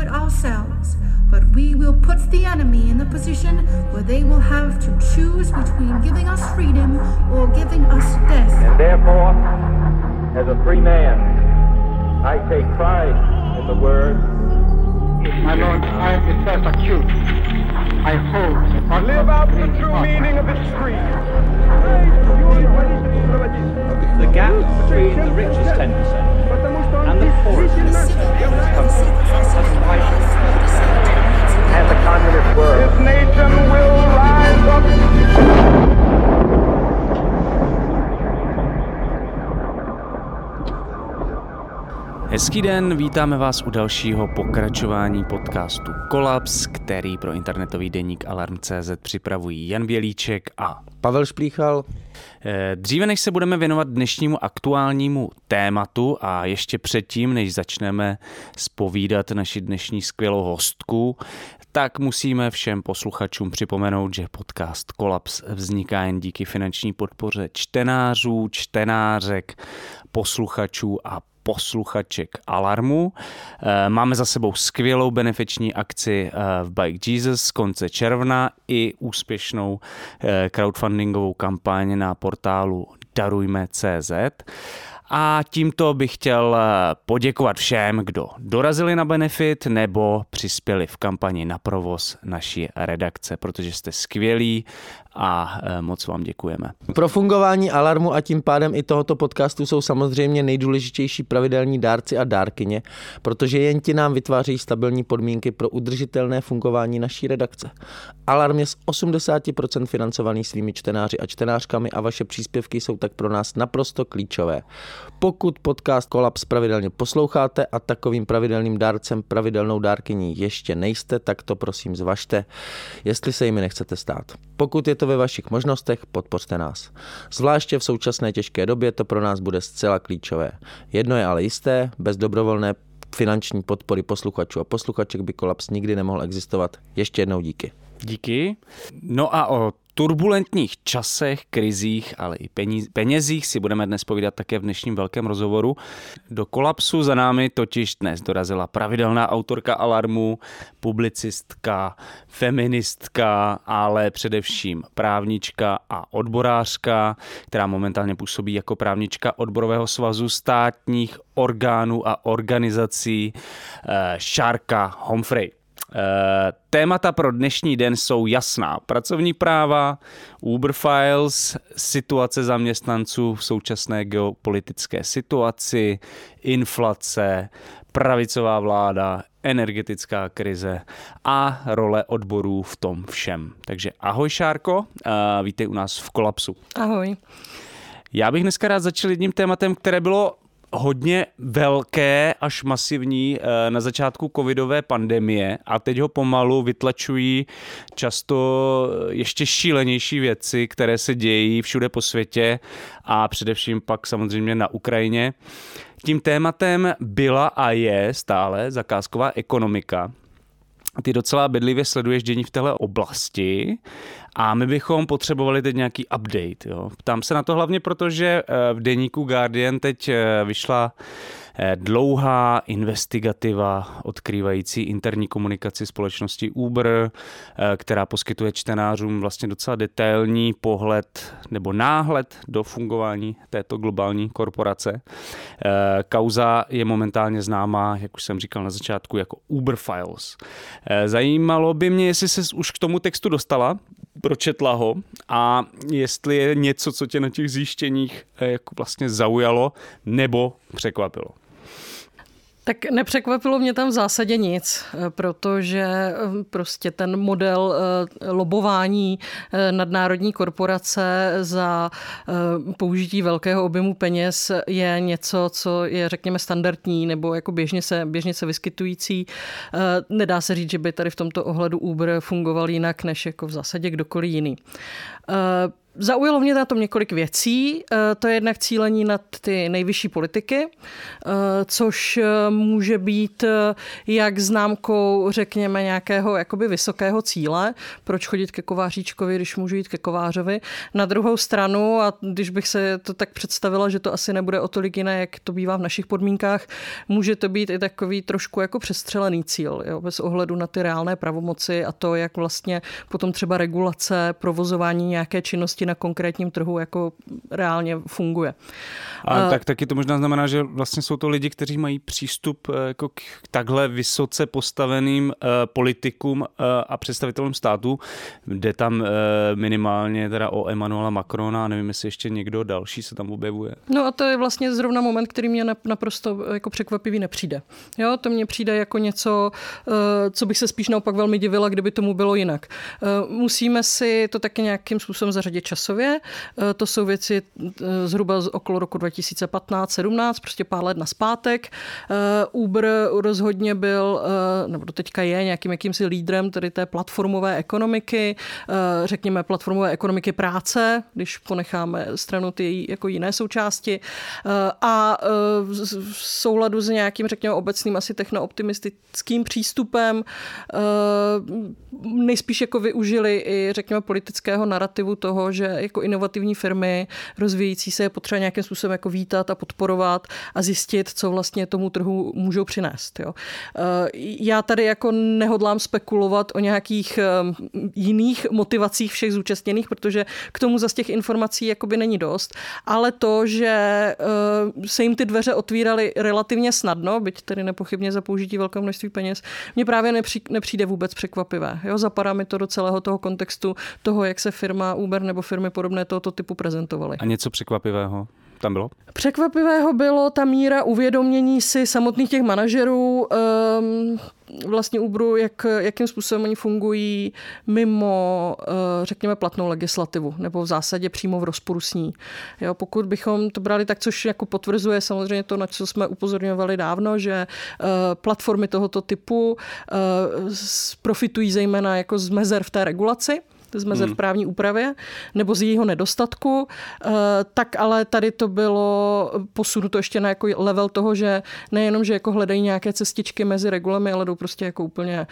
it ourselves, but we will put the enemy in the position where they will have to choose between giving us freedom or giving us death. And therefore, as a free man, I take pride in the word. My Lord, I am the first accused. I hold the Live out the true meaning of its creed. The gap between the richest 10% and the poorest 10% of this country has widened. And the communist world. This nation will rise up. Hezký den, vítáme vás u dalšího pokračování podcastu Kolaps, který pro internetový deník Alarm.cz připravují Jan Bělíček a Pavel Šplíchal. Dříve než se budeme věnovat dnešnímu aktuálnímu tématu a ještě předtím, než začneme zpovídat naši dnešní skvělou hostku, tak musíme všem posluchačům připomenout, že podcast Kolaps vzniká jen díky finanční podpoře čtenářů, čtenářek, posluchačů a posluchaček Alarmu. Máme za sebou skvělou benefiční akci v Bike Jesus z konce června i úspěšnou crowdfundingovou kampaň na portálu Darujme.cz. A tímto bych chtěl poděkovat všem, kdo dorazili na benefit nebo přispěli v kampani na provoz naší redakce, protože jste skvělí a moc vám děkujeme. Pro fungování Alarmu a tím pádem i tohoto podcastu jsou samozřejmě nejdůležitější pravidelní dárci a dárkyně, protože jen ti nám vytvářejí stabilní podmínky pro udržitelné fungování naší redakce. Alarm je z 80% financovaný svými čtenáři a čtenářkami a vaše příspěvky jsou tak pro nás naprosto klíčové. Pokud podcast Kolaps pravidelně posloucháte a takovým pravidelným dárcem, pravidelnou dárkyní ještě nejste, tak to prosím zvažte, jestli se jimi nechcete stát. Pokud je to ve vašich možnostech, podpořte nás. Zvláště v současné těžké době to pro nás bude zcela klíčové. Jedno je ale jisté, bez dobrovolné finanční podpory posluchačů a posluchaček by Kolaps nikdy nemohl existovat. Ještě jednou díky. Díky. No a o turbulentních časech, krizích, ale i penězích si budeme dnes povídat také v dnešním velkém rozhovoru. Do Kolapsu za námi totiž dnes dorazila pravidelná autorka Alarmu, publicistka, feministka, ale především právnička a odborářka, která momentálně působí jako právnička Odborového svazu státních orgánů a organizací Šárka Homfrey. Témata pro dnešní den jsou jasná. Pracovní práva, Uber Files, situace zaměstnanců v současné geopolitické situaci, inflace, pravicová vláda, energetická krize a role odborů v tom všem. Takže ahoj Šárko, vítej u nás v Kolapsu. Ahoj. Já bych dneska rád začal jedním tématem, které bylo hodně velké až masivní na začátku covidové pandemie a teď ho pomalu vytlačují často ještě šílenější věci, které se dějí všude po světě a především pak samozřejmě na Ukrajině. Tím tématem byla a je stále zakázková ekonomika. Ty docela bedlivě sleduješ dění v téhle oblasti a my bychom potřebovali teď nějaký update. Jo. Ptám se na to hlavně proto, že v deníku Guardian teď vyšla dlouhá investigativa odkrývající interní komunikaci společnosti Uber, která poskytuje čtenářům vlastně docela detailní pohled nebo náhled do fungování této globální korporace. Kauza je momentálně známá, jak už jsem říkal na začátku, jako Uber Files. Zajímalo by mě, jestli ses už k tomu textu dostala, pročetla ho a jestli je něco, co tě na těch zjištěních jako vlastně zaujalo nebo překvapilo. Tak nepřekvapilo mě tam v zásadě nic, protože prostě ten model lobování nadnárodní korporace za použití velkého objemu peněz je něco, co je, řekněme, standardní nebo jako běžně se vyskytující. Nedá se říct, že by tady v tomto ohledu Uber fungoval jinak než jako v zásadě kdokoliv jiný. Zaujalo mě na tom několik věcí. To je jednak cílení na ty nejvyšší politiky, což může být jak známkou, řekněme, nějakého jakoby vysokého cíle. Proč chodit ke kováříčkovi, když můžu jít ke kovářovi? Na druhou stranu, a když bych se to tak představila, že to asi nebude o tolik jiné, jak to bývá v našich podmínkách, může to být i takový trošku jako přestřelený cíl, jo, bez ohledu na ty reálné pravomoci a to, jak vlastně potom třeba regulace, provozování nějaké činnosti na konkrétním trhu jako reálně funguje. A tak taky to možná znamená, že vlastně jsou to lidi, kteří mají přístup jako k takhle vysoce postaveným politikům a představitelům státu. Jde tam minimálně teda o Emmanuela Macrona a nevím, jestli ještě někdo další se tam objevuje. No a to je vlastně zrovna moment, který mě naprosto jako překvapivý nepřijde. Jo, to mně přijde jako něco, co bych se spíš naopak velmi divila, kdyby tomu bylo jinak. Musíme si to taky nějakým způsobem zařadit časově. To jsou věci zhruba okolo roku 2015-17, prostě pár let nazpátek. Uber rozhodně byl, nebo doteďka je nějakým jakýmsi lídrem tedy té platformové ekonomiky, řekněme platformové ekonomiky práce, když ponecháme stranu ty jako jiné součásti. A v souladu s nějakým, řekněme, obecným asi technooptimistickým přístupem nejspíš jako využili i, řekněme, politického narrativu toho, že jako inovativní firmy rozvíjející se je potřeba nějakým způsobem jako vítat a podporovat a zjistit, co vlastně tomu trhu můžou přinést. Jo. Já tady jako nehodlám spekulovat o nějakých jiných motivacích všech zúčastněných, protože k tomu zas těch informací jakoby není dost, ale to, že se jim ty dveře otvíraly relativně snadno, byť tedy nepochybně za použití velkého množství peněz, mně právě nepřijde vůbec překvapivé. Jo, zapadá mi to do celého toho kontextu toho, jak se firma Uber nebo firmy podobné tohoto typu prezentovaly. A něco překvapivého tam bylo? Překvapivého bylo ta míra uvědomění si samotných těch manažerů vlastně Uberu, jakým způsobem oni fungují mimo, řekněme, platnou legislativu, nebo v zásadě přímo v rozporu s ní. Jo, pokud bychom to brali tak, což jako potvrzuje samozřejmě to, na co jsme upozorňovali dávno, že platformy tohoto typu profitují zejména jako z mezer v té regulaci, z mezer v právní úpravě, nebo z jejího nedostatku, tak ale tady to bylo posunuto ještě na jako level toho, že nejenom, že jako hledají nějaké cestičky mezi regulemi, ale jdou prostě jako úplně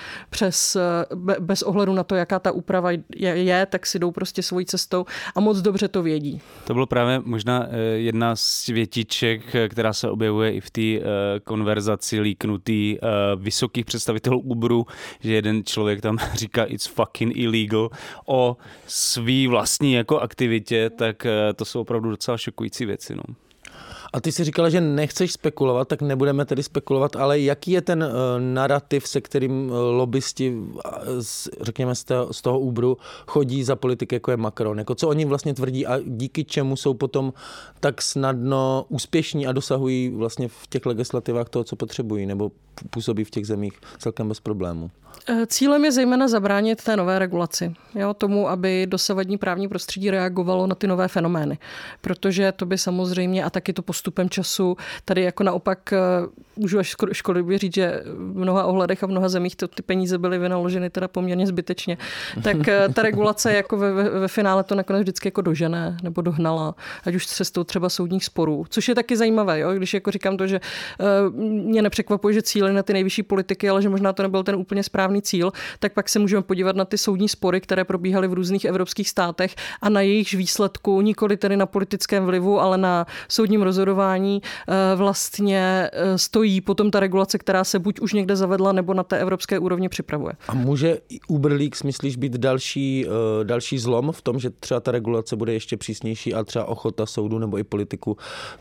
bez ohledu na to, jaká ta úprava je, tak si jdou prostě svojí cestou a moc dobře to vědí. To bylo právě možná jedna z větiček, která se objevuje i v té konverzaci líknutý vysokých představitelů Uberu, že jeden člověk tam říká it's fucking illegal o svý vlastní jako aktivitě, tak to jsou opravdu docela šokující věci. No. A ty si říkala, že nechceš spekulovat, tak nebudeme tedy spekulovat, ale jaký je ten narrativ, se kterým lobbysti, řekněme z toho Uberu, chodí za politiky, jako je Macron? Jako co oni vlastně tvrdí a díky čemu jsou potom tak snadno úspěšní a dosahují vlastně v těch legislativách toho, co potřebují, nebo působí v těch zemích celkem bez problémů? Cílem je zejména zabránit té nové regulaci. Jo, tomu, aby dosavadní právní prostředí reagovalo na ty nové fenomény. Protože to by samozřejmě, a taky to postupem času, tady jako naopak, můžu až školy říct, že v mnoha ohledech a v mnoha zemích ty peníze byly vynaloženy teda poměrně zbytečně. Tak ta regulace jako ve finále to nakonec vždycky jako dožene nebo dohnala, ať už cestou třeba soudních sporů. Což je taky zajímavé, jo? Když jako říkám to, že mě nepřekvapuje, že cíle na ty nejvyšší politiky, ale že možná to nebyl ten úplně správný cíl, tak pak se můžeme podívat na ty soudní spory, které probíhaly v různých evropských státech a na jejich výsledku, nikoli tedy na politickém vlivu, ale na soudním rozhodování vlastně stojí potom ta regulace, která se buď už někde zavedla, nebo na té evropské úrovni připravuje. A může Uber Leaks, myslíš, být další zlom v tom, že třeba ta regulace bude ještě přísnější a třeba ochota soudu nebo i politiku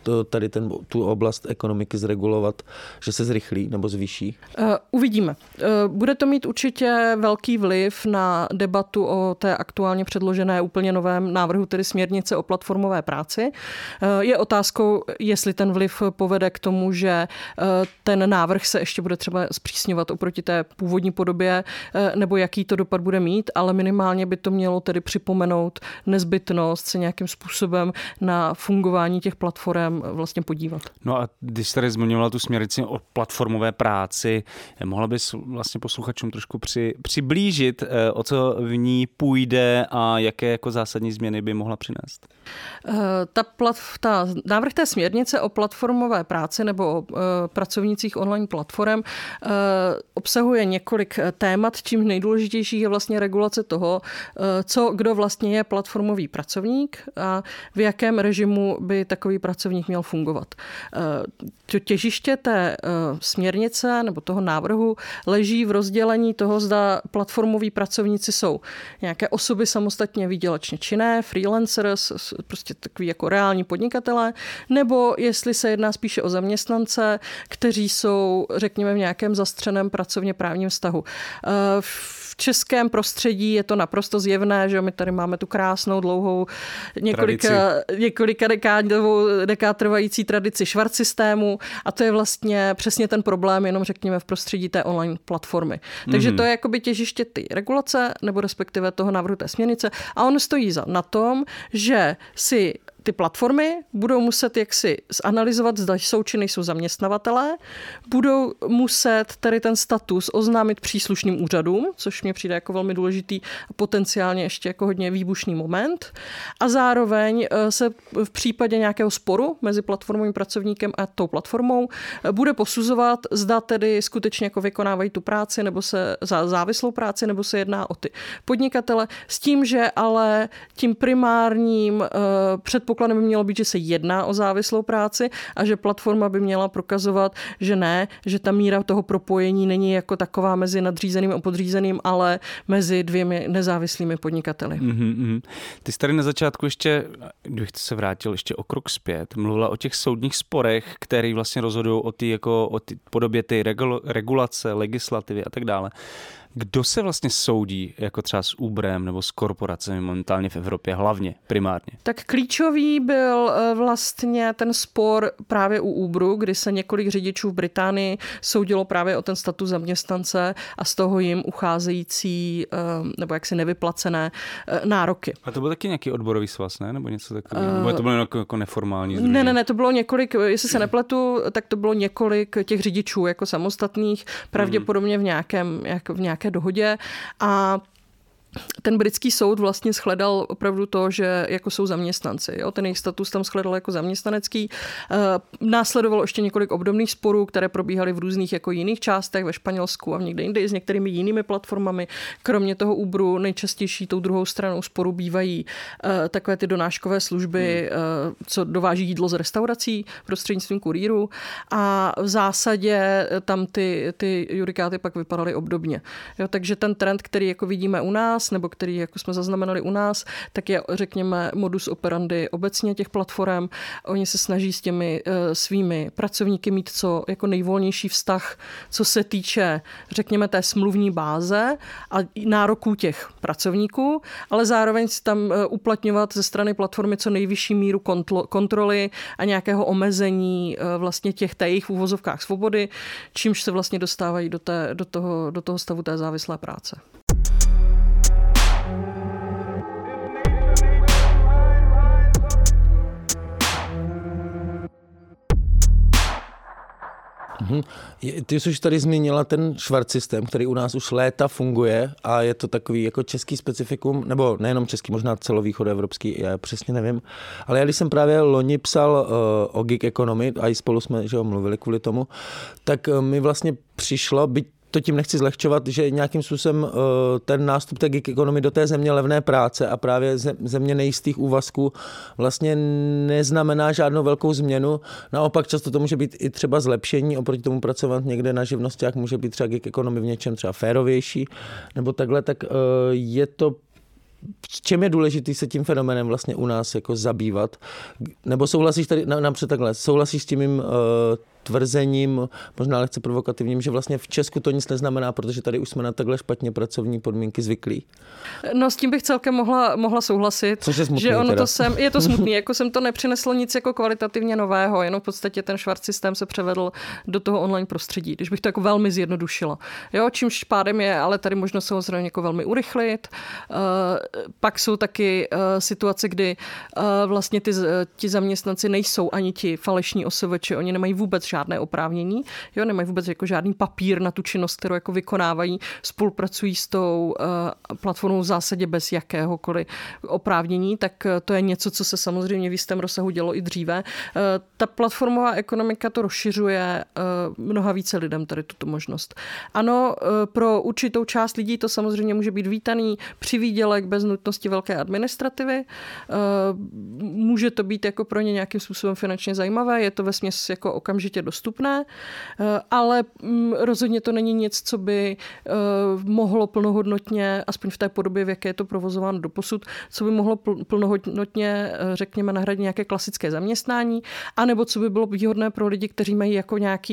tu oblast ekonomiky zregulovat, že se zrychlí nebo zvýší? Uvidíme. Bude to mít určitě velký vliv na debatu o té aktuálně předložené úplně novém návrhu, tedy směrnice o platformové práci. Je otázkou, jestli ten vliv povede k tomu, že ten návrh se ještě bude třeba zpřísňovat oproti té původní podobě, nebo jaký to dopad bude mít, ale minimálně by to mělo tedy připomenout nezbytnost se nějakým způsobem na fungování těch platform vlastně podívat. No a když jste zmiňovala tu směrnici o platformové práci, mohla bys vlastně posluchačům trošku přiblížit, o co v ní půjde a jaké jako zásadní změny by mohla přinést? Návrh té směrnice o platformové práci nebo o pracovnících online platform obsahuje několik témat, čím nejdůležitější je vlastně regulace toho, kdo vlastně je platformový pracovník a v jakém režimu by takový pracovník měl fungovat. Těžiště té směrnice nebo toho návrhu leží v rozdělení toho, zda platformoví pracovníci jsou nějaké osoby samostatně výdělečně činné, freelancers, prostě takový jako reální podnikatelé, nebo jestli se jedná spíše o zaměstnance, kteří jsou, řekněme, v nějakém zastřeném pracovně právním vztahu. V českém prostředí je to naprosto zjevné, že my tady máme tu krásnou, dlouhou, několika dekád trvající tradici švart systému a to je vlastně přesně ten problém, jenom řekněme v prostředí té online platformy. Takže to je jakoby těžiště ty regulace, nebo respektive toho návrhu té směrnice a on stojí na tom, že si ty platformy budou muset jaksi zanalyzovat, zda jsou či nejsou zaměstnavatelé, budou muset tady ten status oznámit příslušným úřadům, což mě přijde jako velmi důležitý a potenciálně ještě jako hodně výbušný moment. A zároveň se v případě nějakého sporu mezi platformovým pracovníkem a tou platformou bude posuzovat, zda tedy skutečně jako vykonávají tu práci nebo se za závislou práci, nebo se jedná o ty podnikatele, s tím, že ale tím primárním předpokladem by mělo být, že se jedná o závislou práci a že platforma by měla prokazovat, že ne, že ta míra toho propojení není jako taková mezi nadřízeným a podřízeným, ale mezi dvěmi nezávislými podnikateli. Ty jsi tady na začátku ještě, když se vrátil ještě o krok zpět, mluvila o těch soudních sporech, které vlastně rozhodují o ty podobě ty regulace, legislativy a tak dále. Kdo se vlastně soudí jako třeba s Uberem nebo s korporacemi momentálně v Evropě, hlavně, primárně? Tak klíčový byl vlastně ten spor právě u Uberu, kdy se několik řidičů v Británii soudilo právě o ten status zaměstnance a z toho jim ucházející nebo jaksi nevyplacené nároky. A to byl taky nějaký odborový svaz, ne? Nebo něco takového? Nebo to bylo jako neformální sdružení? Ne, to bylo několik, jestli se nepletu, tak to bylo několik těch řidičů jako samostatných, pravděpodobně v nějaké dohodě a ten britský soud vlastně shledal opravdu to, že jako jsou zaměstnanci. Jo? Ten jejich status tam shledal jako zaměstnanecký. Následovalo ještě několik obdobných sporů, které probíhaly v různých jako jiných částech ve Španělsku a někde jinde i s některými jinými platformami. Kromě toho Uberu nejčastější tou druhou stranou sporu bývají takové ty donáškové služby, co dováží jídlo z restaurací prostřednictvím kurýru a v zásadě tam ty judikáty pak vypadaly obdobně. Jo? Takže ten trend, který jako vidíme u nás, nebo který jako jsme zaznamenali u nás, tak je, řekněme, modus operandi obecně těch platform. Oni se snaží s těmi svými pracovníky mít co jako nejvolnější vztah, co se týče, řekněme, té smluvní báze a nároků těch pracovníků, ale zároveň si tam uplatňovat ze strany platformy co nejvyšší míru kontroly a nějakého omezení vlastně té jejich v uvozovkách svobody, čímž se vlastně dostávají do toho stavu té závislé práce. Ty jsi už tady zmínila ten švart systém, který u nás už léta funguje a je to takový jako český specifikum, nebo nejenom český, možná celovýchodoevropský, já přesně nevím. Ale já když jsem právě loni psal o gig economy a i spolu jsme mluvili kvůli tomu, tak mi vlastně přišlo, byť to tím nechci zlehčovat, že nějakým způsobem ten nástup té gig economy do té země levné práce a právě země nejistých úvazků vlastně neznamená žádnou velkou změnu. Naopak často to může být i třeba zlepšení, oproti tomu pracovat někde na živnostech může být třeba gig economy v něčem třeba férovější, nebo takhle, tak je to v čem je důležitý se tím fenoménem vlastně u nás jako zabývat? Nebo souhlasíš tady, napřed takhle, souhlasíš s tím tvrzením, možná lehce provokativním, že vlastně v Česku to nic neznamená, protože tady už jsme na takhle špatně pracovní podmínky zvyklí. No s tím bych celkem mohla souhlasit. Což je smutný, že ono teda. je to smutný, jako sem to nepřineslo nic jako kvalitativně nového, jenom v podstatě ten švart systém se převedl do toho online prostředí, když bych to jako velmi zjednodušila. Jo, čímž pádem je ale tady možnost se ho zřejmě jako velmi urychlit. Pak jsou taky situace, kdy vlastně ti zaměstnanci nejsou ani ti falešní OSVČ, oni nemají vůbec žádné oprávnění, jo, nemají vůbec jako žádný papír na tu činnost, kterou jako vykonávají, spolupracují s tou platformou v zásadě bez jakéhokoliv oprávnění, tak to je něco, co se samozřejmě v jistém rozsahu dělo i dříve. Ta platformová ekonomika to rozšiřuje mnoha více lidem tady tuto možnost. Ano, pro určitou část lidí to samozřejmě může být vítaný přivýdělek bez nutnosti velké administrativy. Může to být jako pro ně nějakým způsobem finančně zajímavé, je to vesměs jako okamžitě dostupné, ale rozhodně to není nic, co by mohlo plnohodnotně, aspoň v té podobě, v jaké je to provozováno doposud, co by mohlo plnohodnotně, řekněme, nahradit nějaké klasické zaměstnání, anebo co by bylo výhodné pro lidi, kteří mají jako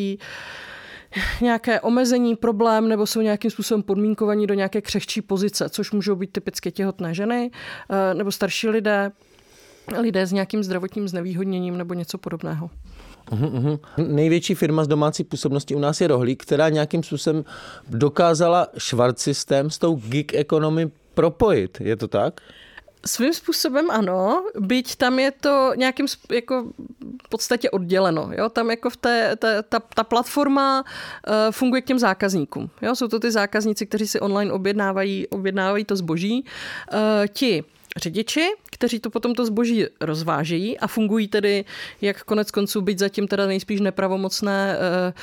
nějaké omezení, problém nebo jsou nějakým způsobem podmínkovaní do nějaké křehčí pozice, což můžou být typicky těhotné ženy nebo starší lidé s nějakým zdravotním znevýhodněním nebo něco podobného. Největší firma z domácí působnosti u nás je Rohlík, která nějakým způsobem dokázala švart systém s tou gig economy propojit. Je to tak? Svým způsobem ano, byť tam je to nějakým jako v podstatě odděleno. Jo? Tam jako ta platforma funguje k těm zákazníkům. Jo? Jsou to ty zákazníci, kteří si online objednávají to zboží. Ti řidiči, kteří to potom to zboží rozvážejí a fungují tedy, jak konec konců, byť zatím teda nejspíš nepravomocné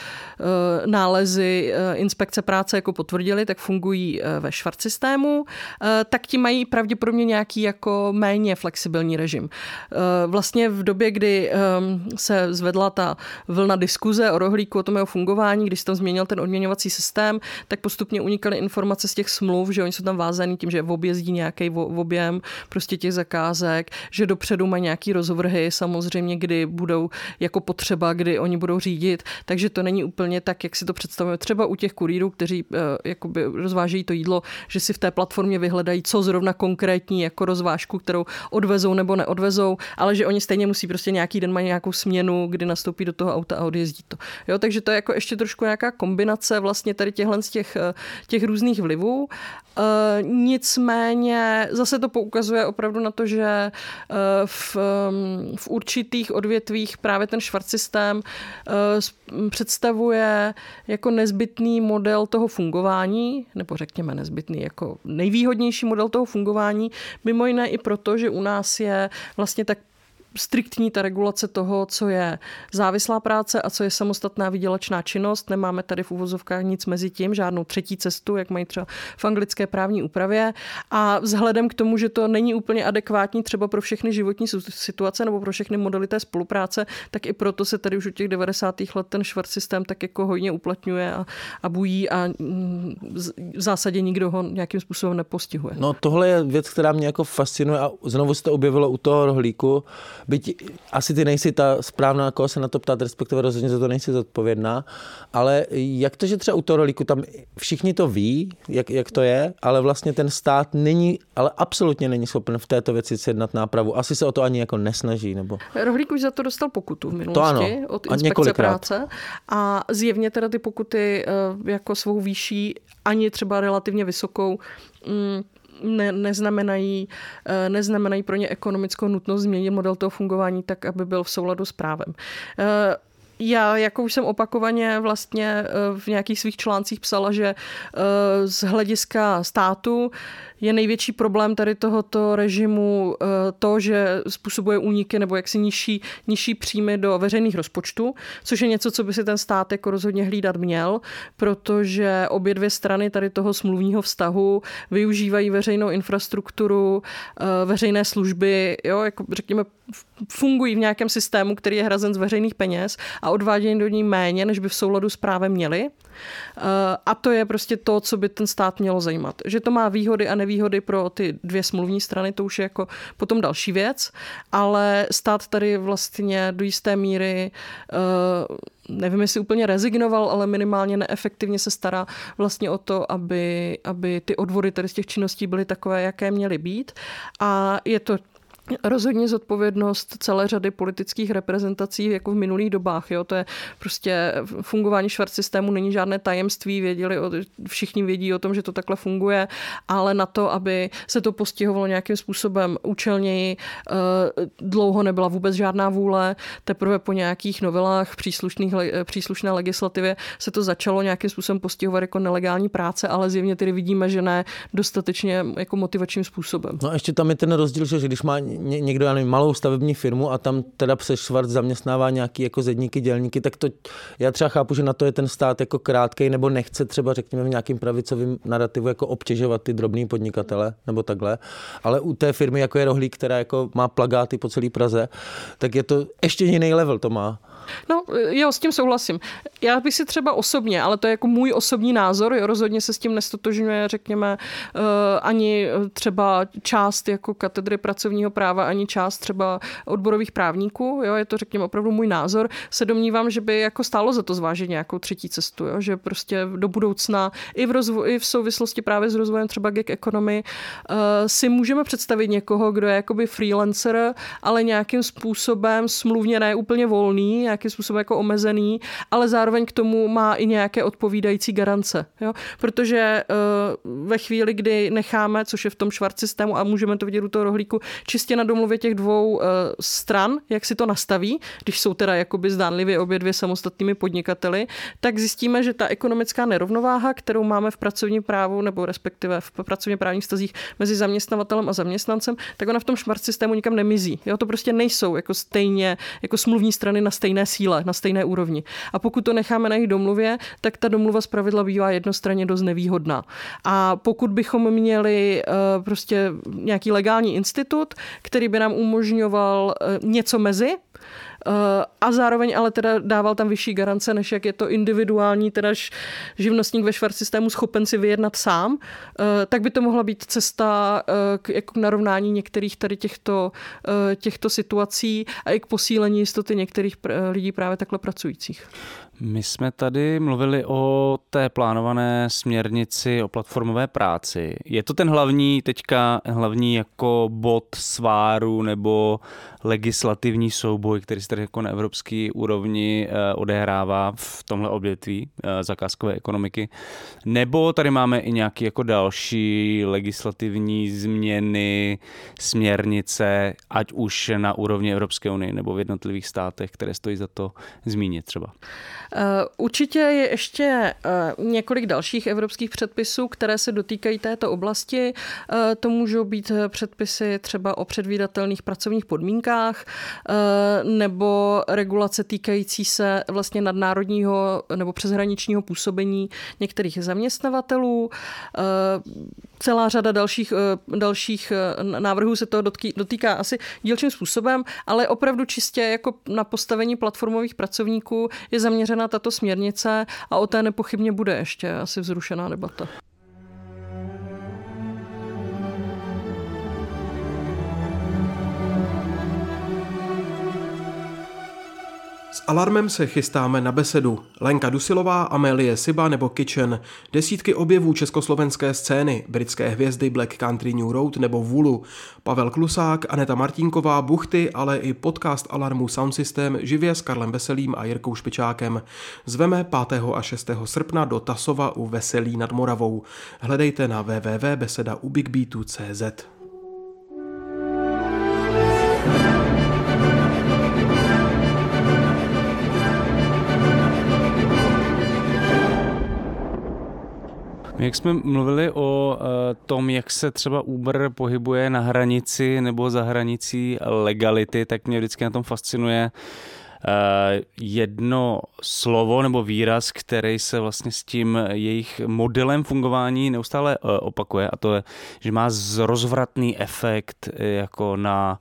nálezy inspekce práce jako potvrdili, tak fungují ve švart systému, tak ti mají pravděpodobně nějaký jako méně flexibilní režim. Vlastně v době, kdy se zvedla ta vlna diskuze o Rohlíku, o tom jeho fungování, když se tam změnil ten odměňovací systém, tak postupně unikaly informace z těch smluv, že oni jsou tam vázaný tím, že objezdí nějaký objem prostě těch zakázek, že dopředu mají nějaký rozvrhy, samozřejmě, kdy budou jako potřeba, kdy oni budou řídit, takže to není úplně tak, jak si to představujeme. Třeba u těch kurýrů, kteří jakoby rozvážejí to jídlo, že si v té platformě vyhledají, co zrovna konkrétní jako rozvážku, kterou odvezou nebo neodvezou, ale že oni stejně musí prostě nějaký den mají nějakou směnu, kdy nastoupí do toho auta a odjezdí to. Jo, takže to je jako ještě trošku nějaká kombinace vlastně tady z těch různých vlivů. Nicméně zase to poukazuje opravdu na to, že v určitých odvětvích právě ten švart systém představuje jako nezbytný model toho fungování, nebo řekněme nezbytný, jako nejvýhodnější model toho fungování, mimo jiné i proto, že u nás je vlastně tak striktní ta regulace toho, co je závislá práce a co je samostatná výdělečná činnost. Nemáme tady v uvozovkách nic mezi tím, žádnou třetí cestu, jak mají třeba v anglické právní úpravě. A vzhledem k tomu, že to není úplně adekvátní třeba pro všechny životní situace nebo pro všechny modality spolupráce, tak i proto se tady už od těch 90. let ten švart systém tak jako hojně uplatňuje a bují a v zásadě nikdo ho nějakým způsobem nepostihuje. No tohle je věc, která mě jako fascinuje a znovu se to objevilo u toho Rohlíku. Byť asi ty nejsi ta správná, koho se na to ptát, respektive rozhodně za to nejsi zodpovědná, ale jak to, že třeba u toho Rohlíku tam všichni to ví, jak to je, ale vlastně ten stát není, ale absolutně není schopen v této věci sjednat nápravu. Asi se o to ani jako nesnaží, nebo? Rohlík už za to dostal pokutu v minulosti od inspekce práce a zjevně teda ty pokuty jako svou výší ani třeba relativně vysokou neznamenají pro ně ekonomickou nutnost změnit model toho fungování tak, aby byl v souladu s právem. Já, jako už jsem opakovaně vlastně v nějakých svých článcích psala, že z hlediska státu je největší problém tady tohoto režimu to, že způsobuje úniky nebo jaksi nižší příjmy do veřejných rozpočtů, což je něco, co by si ten stát jako rozhodně hlídat měl, protože obě dvě strany tady toho smluvního vztahu využívají veřejnou infrastrukturu, veřejné služby, jo, jako řekněme fungují v nějakém systému, který je hrazen z veřejných peněz a odvádějí do ní méně, než by v souladu s právem měli. A to je prostě to, co by ten stát mělo zajímat. Že to má výhody a nevýhody pro ty dvě smluvní strany, to už je jako potom další věc, ale stát tady vlastně do jisté míry nevím, jestli úplně rezignoval, ale minimálně neefektivně se stará vlastně o to, aby ty odvody tady z těch činností byly takové, jaké měly být. A je to rozhodně zodpovědnost celé řady politických reprezentací jako v minulých dobách. Jo? To je prostě fungování švart systému není žádné tajemství, všichni vědí o tom, že to takhle funguje, ale na to, aby se to postihovalo nějakým způsobem účelněji, dlouho nebyla vůbec žádná vůle. Teprve po nějakých novelách příslušné legislativě se to začalo nějakým způsobem postihovat jako nelegální práce, ale zjevně tedy vidíme, že ne dostatečně jako motivačním způsobem. No a ještě tam je ten rozdíl, že když má někdo, já nevím, malou stavební firmu a tam teda přes švart zaměstnává nějaký jako zedníky, dělníky, tak to já třeba chápu, že na to je ten stát jako krátkej nebo nechce třeba řekněme v nějakým pravicovým narrativu jako obtěžovat ty drobný podnikatele nebo takhle, ale u té firmy jako je Rohlík, která jako má plakáty po celé Praze, tak je to ještě jiný level to má. No jo, s tím souhlasím. Já bych si třeba osobně, ale to je jako můj osobní názor, jo, rozhodně se s tím nestotožňuje, řekněme, ani třeba část jako katedry pracovního práva, ani část třeba odborových právníků, jo, je to řekněme opravdu můj názor, se domnívám, že by jako stálo za to zvážit nějakou třetí cestu, jo, že prostě do budoucna i v souvislosti právě s rozvojem třeba gig economy si můžeme představit někoho, kdo je jakoby freelancer, ale nějakým způsobem smluvně ne úplně volný, nějakým způsobem jako omezený, ale zároveň k tomu má i nějaké odpovídající garance. Jo? Protože ve chvíli, kdy necháme, což je v tom švart systému a můžeme to vidět u toho Rohlíku, čistě na domluvě těch dvou stran, jak si to nastaví, když jsou teda jakoby zdánlivě obě dvě samostatnými podnikateli, tak zjistíme, že ta ekonomická nerovnováha, kterou máme v pracovním právu nebo respektive v pracovně právních vztazích mezi zaměstnavatelem a zaměstnancem, tak ona v tom švart systému nikam nemizí. Jo? To prostě nejsou jako stejně jako smluvní strany na stejné síle, na stejné úrovni. A pokud to necháme na jejich domluvě, tak ta domluva zpravidla bývá jednostranně dost nevýhodná. A pokud bychom měli prostě nějaký legální institut, který by nám umožňoval něco mezi, a zároveň ale teda dával tam vyšší garance, než jak je to individuální, teda živnostník ve švart systému schopen si vyjednat sám, tak by to mohla být cesta k narovnání některých tady těchto situací a i k posílení jistoty některých lidí právě takhle pracujících. My jsme tady mluvili o té plánované směrnici o platformové práci. Je to ten hlavní jako bod sváru nebo legislativní souboj, který se tady jako na evropské úrovni odehrává v tomhle odvětví zakázkové ekonomiky? Nebo tady máme i nějaké jako další legislativní změny, směrnice, ať už na úrovni Evropské unie nebo v jednotlivých státech, které stojí za to zmínit třeba? Určitě je ještě několik dalších evropských předpisů, které se dotýkají této oblasti. To můžou být předpisy třeba o předvídatelných pracovních podmínkách nebo regulace týkající se vlastně nadnárodního nebo přeshraničního působení některých zaměstnavatelů. Celá řada dalších návrhů se toho dotýká asi dílčím způsobem, ale opravdu čistě jako na postavení platformových pracovníků je zaměřena tato směrnice a o té nepochybně bude ještě asi vzrušená debata. S Alarmem se chystáme na besedu. Lenka Dusilová, Amélie Siba nebo Kitchen, desítky objevů československé scény, britské hvězdy Black Country New Road nebo Vulu, Pavel Klusák, Aneta Martínková, Buchty, ale i podcast Alarmu Sound System živě s Karlem Veselým a Jirkou Špičákem. Zveme 5. a 6. srpna do Tasova u Veselí nad Moravou. Hledejte na www.beseda.ubigbeatu.cz. Jak jsme mluvili o tom, jak se třeba Uber pohybuje na hranici nebo za hranicí legality, tak mě vždycky na tom fascinuje jedno slovo nebo výraz, který se vlastně s tím jejich modelem fungování neustále opakuje, a to je, že má rozvratný efekt jako na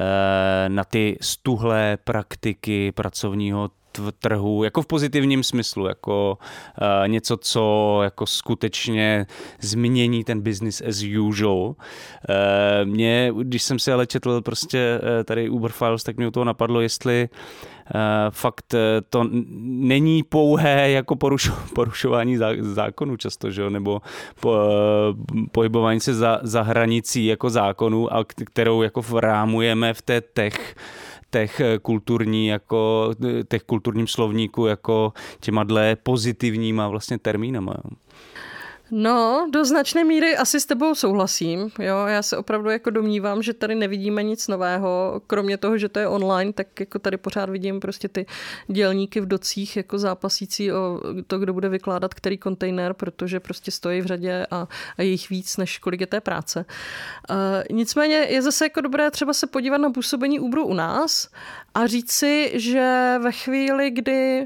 ty stuhlé praktiky pracovního trhu, jako v pozitivním smyslu, jako něco, co jako skutečně změní ten business as usual. Mě, když jsem si ale četl prostě tady Uber Files, tak mě u toho napadlo, jestli fakt to není pouhé jako porušování zákonů často, že? Nebo pohybování se za hranicí jako zákonů, a kterou jako vrámujeme v té těch kulturním slovníku jako těmadle pozitivníma vlastně termínama. No, do značné míry asi s tebou souhlasím. Jo, já se opravdu jako domnívám, že tady nevidíme nic nového, kromě toho, že to je online, tak jako tady pořád vidím prostě ty dělníky v docích jako zápasící o to, kdo bude vykládat který kontejner, protože prostě stojí v řadě a je jich víc, než kolik je té práce. Nicméně je zase jako dobré třeba se podívat na působení Uberu u nás a říct si, že ve chvíli, kdy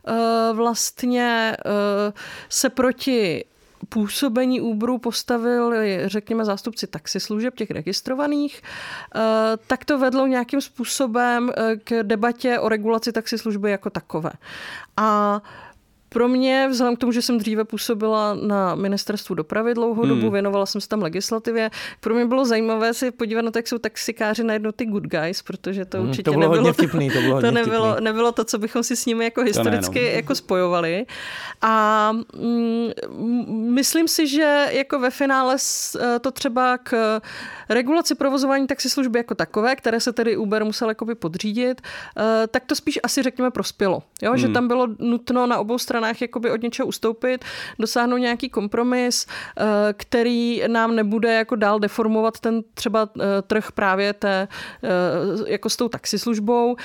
vlastně se proti působení Uberu postavili, řekněme, zástupci taxislužeb, těch registrovaných, tak to vedlo nějakým způsobem k debatě o regulaci taxislužby jako takové. A pro mě, vzhledem k tomu, že jsem dříve působila na ministerstvu dopravy dlouhou dobu, věnovala jsem se tam legislativě, pro mě bylo zajímavé si podívat na to, jak jsou taxikáři najednou ty good guys, protože to určitě to bylo hodně vtipný. Nebylo to, co bychom si s nimi jako historicky jako spojovali. A myslím si, že jako ve finále to třeba k regulaci provozování taxislužby jako takové, které se tedy Uber musel jakoby podřídit, tak to spíš asi řekněme prospělo. Jo? Že tam bylo nutno na obou stranách jakoby od něčeho ustoupit, dosáhnout nějaký kompromis, který nám nebude jako dál deformovat ten třeba trh právě jako s tou taxislužbou.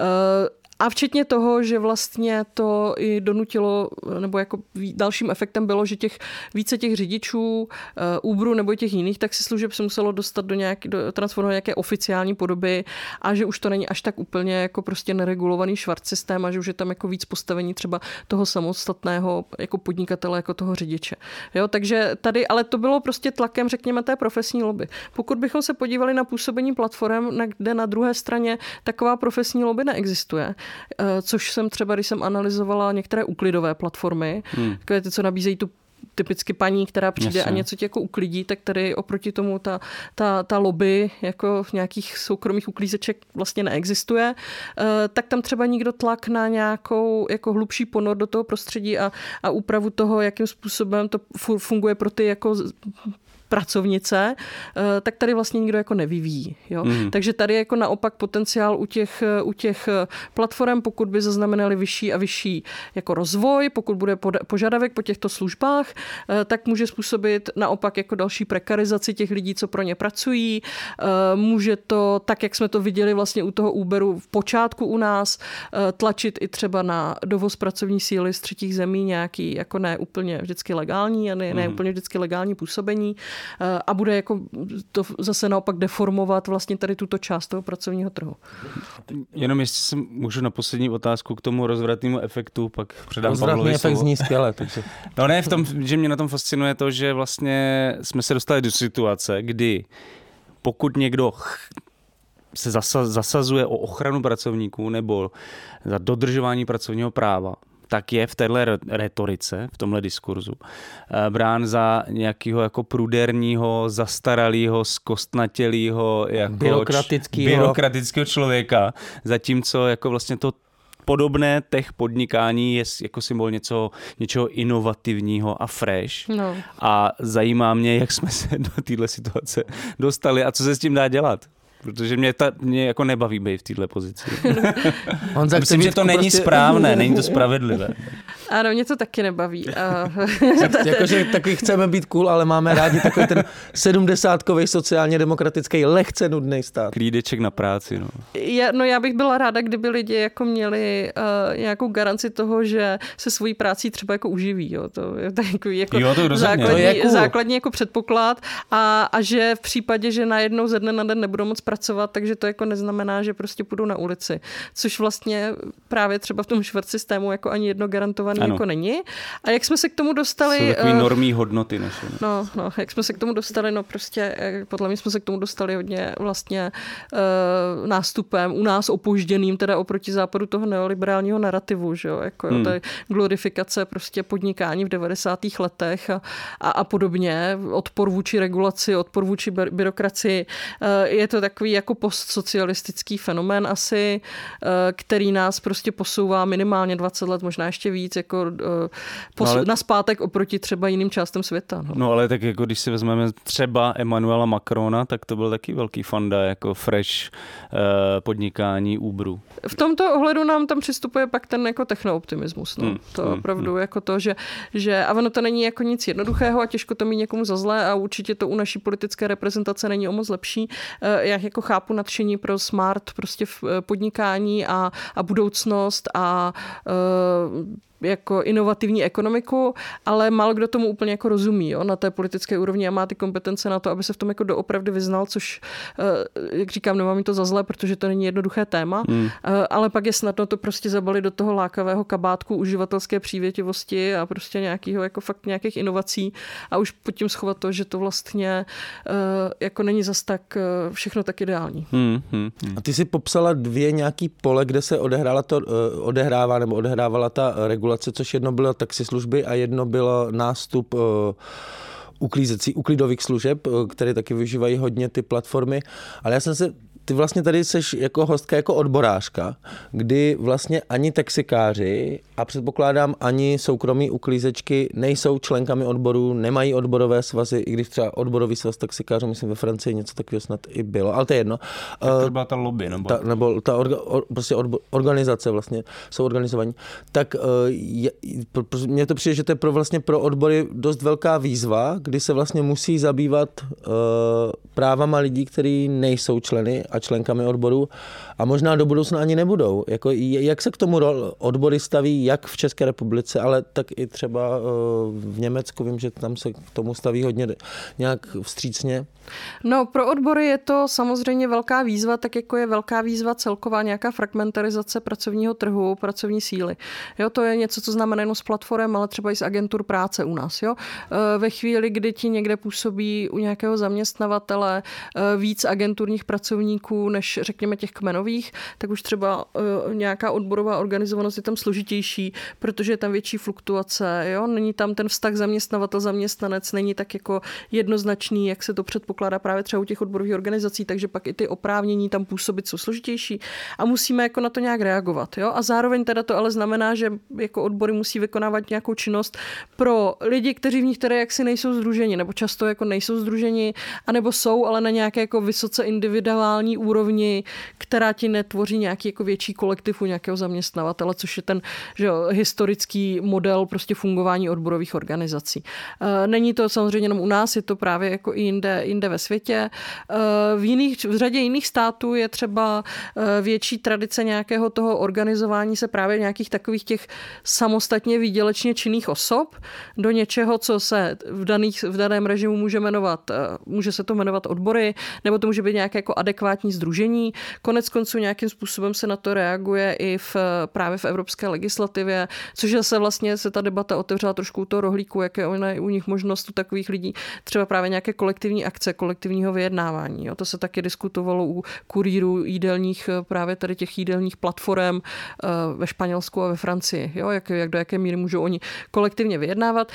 A včetně toho, že vlastně to i donutilo, nebo jako dalším efektem bylo, že více těch řidičů Uberu nebo těch jiných taxislužeb se muselo dostat transformovat nějaké oficiální podoby a že už to není až tak úplně jako prostě neregulovaný švart systém a že už je tam jako víc postavení třeba toho samostatného jako podnikatele, jako toho řidiče. Jo, takže tady, ale to bylo prostě tlakem, řekněme, té profesní lobby. Pokud bychom se podívali na působení platform, kde na druhé straně taková profesní lobby neexistuje, což jsem třeba, když jsem analyzovala některé úklidové platformy, takové ty, co nabízejí tu typicky paní, která přijde a něco tě jako uklidí, tak tady oproti tomu ta lobby jako v nějakých soukromých uklízeček vlastně neexistuje, tak tam třeba nikdo tlak na nějakou jako hlubší ponor do toho prostředí a úpravu toho, jakým způsobem to funguje pro ty jako pracovnice, tak tady vlastně nikdo jako nevyvíjí. Jo? Takže tady je jako naopak potenciál u těch platform, pokud by zaznamenali vyšší a vyšší jako rozvoj, pokud bude požadavek po těchto službách, tak může způsobit naopak jako další prekarizaci těch lidí, co pro ně pracují. Může to, tak jak jsme to viděli vlastně u toho Uberu v počátku u nás, tlačit i třeba na dovoz pracovní síly z třetích zemí, nějaký jako ne úplně vždycky legální a ne úplně vždycky legální působení. A bude jako to zase naopak deformovat vlastně tady tuto část toho pracovního trhu. Jenom jestli se můžu na poslední otázku k tomu rozvratnému efektu, pak předám Pavlovi slovo. Rozvratný efekt zní skvěle. Takže... No ne, v tom, že mě na tom fascinuje to, že vlastně jsme se dostali do situace, kdy pokud někdo se zasazuje o ochranu pracovníků nebo za dodržování pracovního práva, tak je v téhle retorice, v tomhle diskurzu, brán za nějakého jako pruderního, zastaralého, zkostnatělého, jako byrokratického člověka, zatímco jako vlastně to podobné tech podnikání je jako symbol něčeho inovativního a fresh. No. A zajímá mě, jak jsme se do téhle situace dostali a co se s tím dá dělat. Protože mě jako nebaví být v této pozici. Myslím, že to není správné, není to spravedlivé. Ano, mě to taky nebaví. Jakože taky chceme být cool, ale máme rádi takový ten 70kový sociálně demokratický, lehce nudný stát. Klídeček na práci. No. Já bych byla ráda, kdyby lidi jako měli nějakou garanci toho, že se svojí prácí třeba jako uživí. Jo. To je takový jako základní jako předpoklad a že v případě, že najednou ze dne na den nebudou moc pracovat, pracovat, takže to jako neznamená, že prostě půjdou na ulici. Což vlastně právě třeba v tom švarcsystému jako ani jedno garantovaný jako není. A jak jsme se k tomu dostali... Jsou takový normální hodnoty naše. No, jak jsme se k tomu dostali, no prostě podle mě jsme se k tomu dostali hodně vlastně nástupem u nás opožděným teda oproti západu toho neoliberálního narrativu, že jo, jako ta glorifikace prostě podnikání v 90. letech a podobně, odpor vůči regulaci, odpor vůči byrokracii. Je to takový jako postsocialistický fenomén asi, který nás prostě posouvá minimálně 20 let, možná ještě víc, jako naspátek oproti třeba jiným částem světa. No ale tak jako když si vezmeme třeba Emmanuela Macrona, tak to byl taky velký fanda jako fresh podnikání Uberu. V tomto ohledu nám tam přistupuje pak ten jako technooptimismus. No. To opravdu jako to, že a ono to není jako nic jednoduchého a těžko to mít někomu za zlé a určitě to u naší politické reprezentace není o moc lepší. Já jako chápu nadšení pro smart prostě v podnikání a budoucnost a jako inovativní ekonomiku, ale málo kdo tomu úplně jako rozumí, jo, na té politické úrovni a má ty kompetence na to, aby se v tom jako doopravdy vyznal, což, jak říkám, nemám mi to za zlé, protože to není jednoduché téma, ale pak je snadno to prostě zabalit do toho lákavého kabátku uživatelské přívětivosti a prostě nějakého jako fakt nějakých inovací a už pod tím schovat to, že to vlastně jako není zas tak všechno tak ideální. A ty si popsala dvě nějaký pole, kde se odehrávala ta regulace, což jedno bylo taxislužby a jedno bylo nástup uklidových služeb, které taky využívají hodně ty platformy. Ale já jsem se ty vlastně tady seš jako hostka, jako odborářka, kdy vlastně ani taxikáři a předpokládám ani soukromí uklízečky nejsou členkami odborů, nemají odborové svazy, i když třeba odborový svaz taxikářů, myslím ve Francii něco takového snad i bylo, ale to je jedno. Tak to byla ta lobby, nebo ta prostě organizace vlastně jsou organizovaní. Tak mně to přijde, že to je vlastně pro odbory dost velká výzva, kdy se vlastně musí zabývat právama lidí, kteří nejsou členy a členkami odborů a možná do budoucna ani nebudou. Jako, jak se k tomu odbory staví, jak v České republice, ale tak i třeba v Německu, vím, že tam se k tomu staví hodně nějak vstřícně. No, pro odbory je to samozřejmě velká výzva, tak jako je velká výzva celková nějaká fragmentarizace pracovního trhu, pracovní síly. Jo, to je něco, co znamená jenom s platformem, ale třeba i z agentur práce u nás. Jo. Ve chvíli, kdy ti někde působí u nějakého zaměstnavatele víc agenturních pracovníků, než řekněme těch kmenových, tak už třeba nějaká odborová organizovanost je tam složitější, protože je tam větší fluktuace. Jo. Není tam ten vztah zaměstnavatel-zaměstnanec, není tak jako jednoznačný, jak se to předpokládá právě třeba u těch odborových organizací, takže pak i ty oprávnění tam působit jsou složitější a musíme jako na to nějak reagovat. Jo? A zároveň teda to ale znamená, že jako odbory musí vykonávat nějakou činnost pro lidi, kteří v nich teda jaksi nejsou sdruženi, nebo často jako nejsou sdruženi, anebo jsou, ale na nějaké jako vysoce individuální úrovni, která ti netvoří nějaký jako větší kolektiv u nějakého zaměstnavatele, což je ten že jo, historický model prostě fungování odborových organizací. Není to samozřejmě jenom u nás, je to právě jako i jinde ve světě. V řadě jiných států je třeba větší tradice nějakého toho organizování se právě nějakých takových těch samostatně výdělečně činných osob do něčeho, co se v daném režimu může se to jmenovat odbory, nebo to může být nějaké jako adekvátní sdružení. Konec konců nějakým způsobem se na to reaguje i právě v evropské legislativě, což zase vlastně se ta debata otevřela trošku u toho rohlíku, jak je u nich možnost u takových lidí třeba právě nějaké kolektivní akce, kolektivního vyjednávání. Jo. To se taky diskutovalo u kurýrů jídelních, právě tady těch jídelních platform ve Španělsku a ve Francii. Jo. Jak do jaké míry můžou oni kolektivně vyjednávat.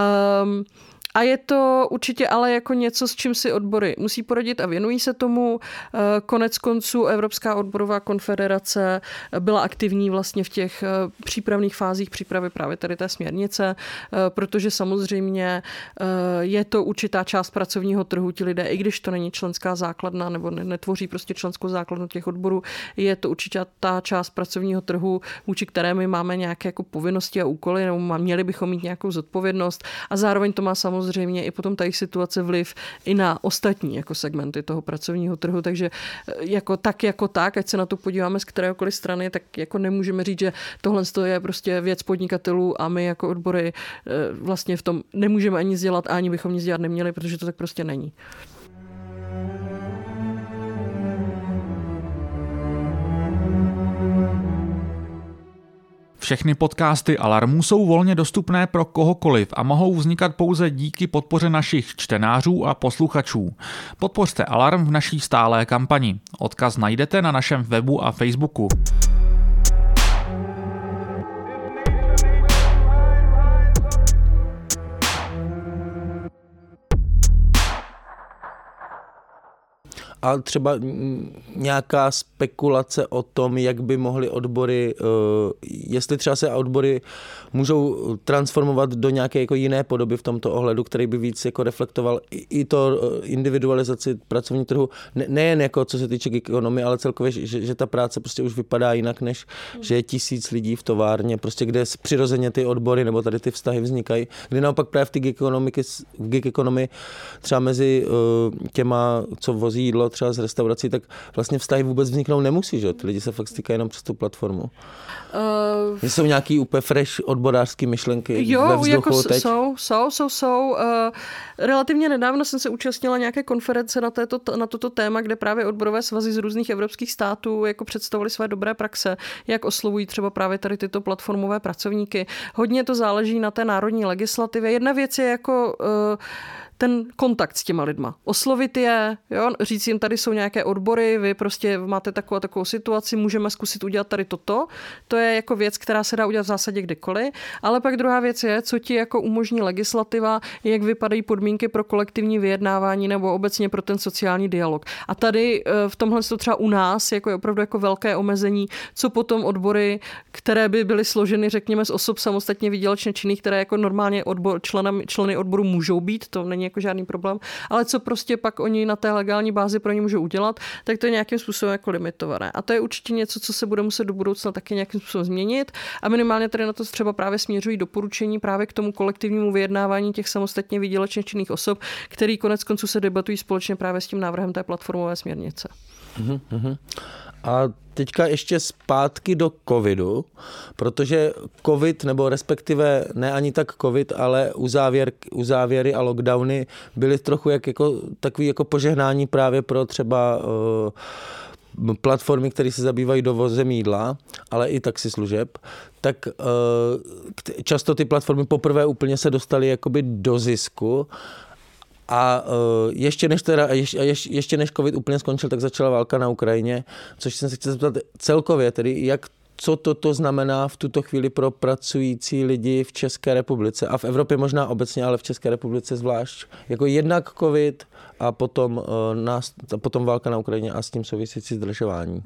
A je to určitě ale jako něco, s čím si odbory musí poradit a věnují se tomu. Konec konců Evropská odborová konfederace byla aktivní vlastně v těch přípravných fázích přípravy právě tady té směrnice, protože samozřejmě je to určitá část pracovního trhu, ti lidé, i když to není členská základna nebo netvoří prostě členskou základnu těch odborů, je to určitě ta část pracovního trhu, vůči které my máme nějaké jako povinnosti a úkoly, nebo měli bychom mít nějakou zodpovědnost a zároveň to má samozřejmě i potom ta jejich situace vliv i na ostatní jako segmenty toho pracovního trhu, takže jako tak, ať se na to podíváme z kteréhokoliv strany, tak jako nemůžeme říct, že tohle je prostě věc podnikatelů a my jako odbory vlastně v tom nemůžeme ani nic dělat a ani bychom nic dělat neměli, protože to tak prostě není. Všechny podcasty Alarmu jsou volně dostupné pro kohokoliv a mohou vznikat pouze díky podpoře našich čtenářů a posluchačů. Podpořte Alarm v naší stálé kampani. Odkaz najdete na našem webu a Facebooku. A třeba nějaká spekulace o tom, jak by mohly odbory, jestli třeba se odbory můžou transformovat do nějaké jako jiné podoby v tomto ohledu, který by víc jako reflektoval i to individualizaci pracovního trhu, nejen jako co se týče gig economy, ale celkově, že ta práce prostě už vypadá jinak, než že je 1000 lidí v továrně, prostě kde přirozeně ty odbory nebo tady ty vztahy vznikají, kdy naopak právě v té gig economy třeba mezi těma, co vozí jídlo třeba z restaurací, tak vlastně vztahy vůbec vzniknout nemusí, že? Ty lidi se fakt stýkají jenom přes tu platformu. Jsou nějaký úplně fresh odborářský myšlenky ve vzduchu jako teď? Jsou. Relativně nedávno jsem se účastnila nějaké konference na toto téma, kde právě odborové svazy z různých evropských států jako představili své dobré praxe, jak oslovují třeba právě tady tyto platformové pracovníky. Hodně to záleží na té národní legislativě. Jedna věc je jako ten kontakt s těma lidma. Oslovit je, jo, říct jim, tady jsou nějaké odbory, vy prostě máte takovou situaci, můžeme zkusit udělat tady toto. To je jako věc, která se dá udělat v zásadě kdekoliv. Ale pak druhá věc je, co ti jako umožní legislativa, jak vypadají podmínky pro kolektivní vyjednávání nebo obecně pro ten sociální dialog. A tady v tomhle to třeba u nás jako je opravdu jako velké omezení, co potom odbory, které by byly složeny, řekněme, z osob samostatně výdělečně činných, které jako normálně členy odboru můžou být, to není jako žádný problém, ale co prostě pak oni na té legální bázi pro ně můžou udělat, tak to je nějakým způsobem jako limitované. A to je určitě něco, co se bude muset do budoucna taky nějakým způsobem změnit a minimálně tady na to třeba právě směřují doporučení právě k tomu kolektivnímu vyjednávání těch samostatně výdělečně činných osob, který konec konců se debatují společně právě s tím návrhem té platformové směrnice. A teďka ještě zpátky do covidu, protože covid, nebo respektive ne ani tak covid, ale uzávěry a lockdowny byly trochu takový jako požehnání právě pro třeba platformy, které se zabývají dovozem jídla, ale i taxislužeb, tak často ty platformy poprvé úplně se dostaly jakoby do zisku. A ještě než covid úplně skončil, tak začala válka na Ukrajině, což jsem se chtěl zeptat celkově, tedy co toto znamená v tuto chvíli pro pracující lidi v České republice a v Evropě možná obecně, ale v České republice zvlášť. Jako jednak covid a potom válka na Ukrajině a s tím související zdržování.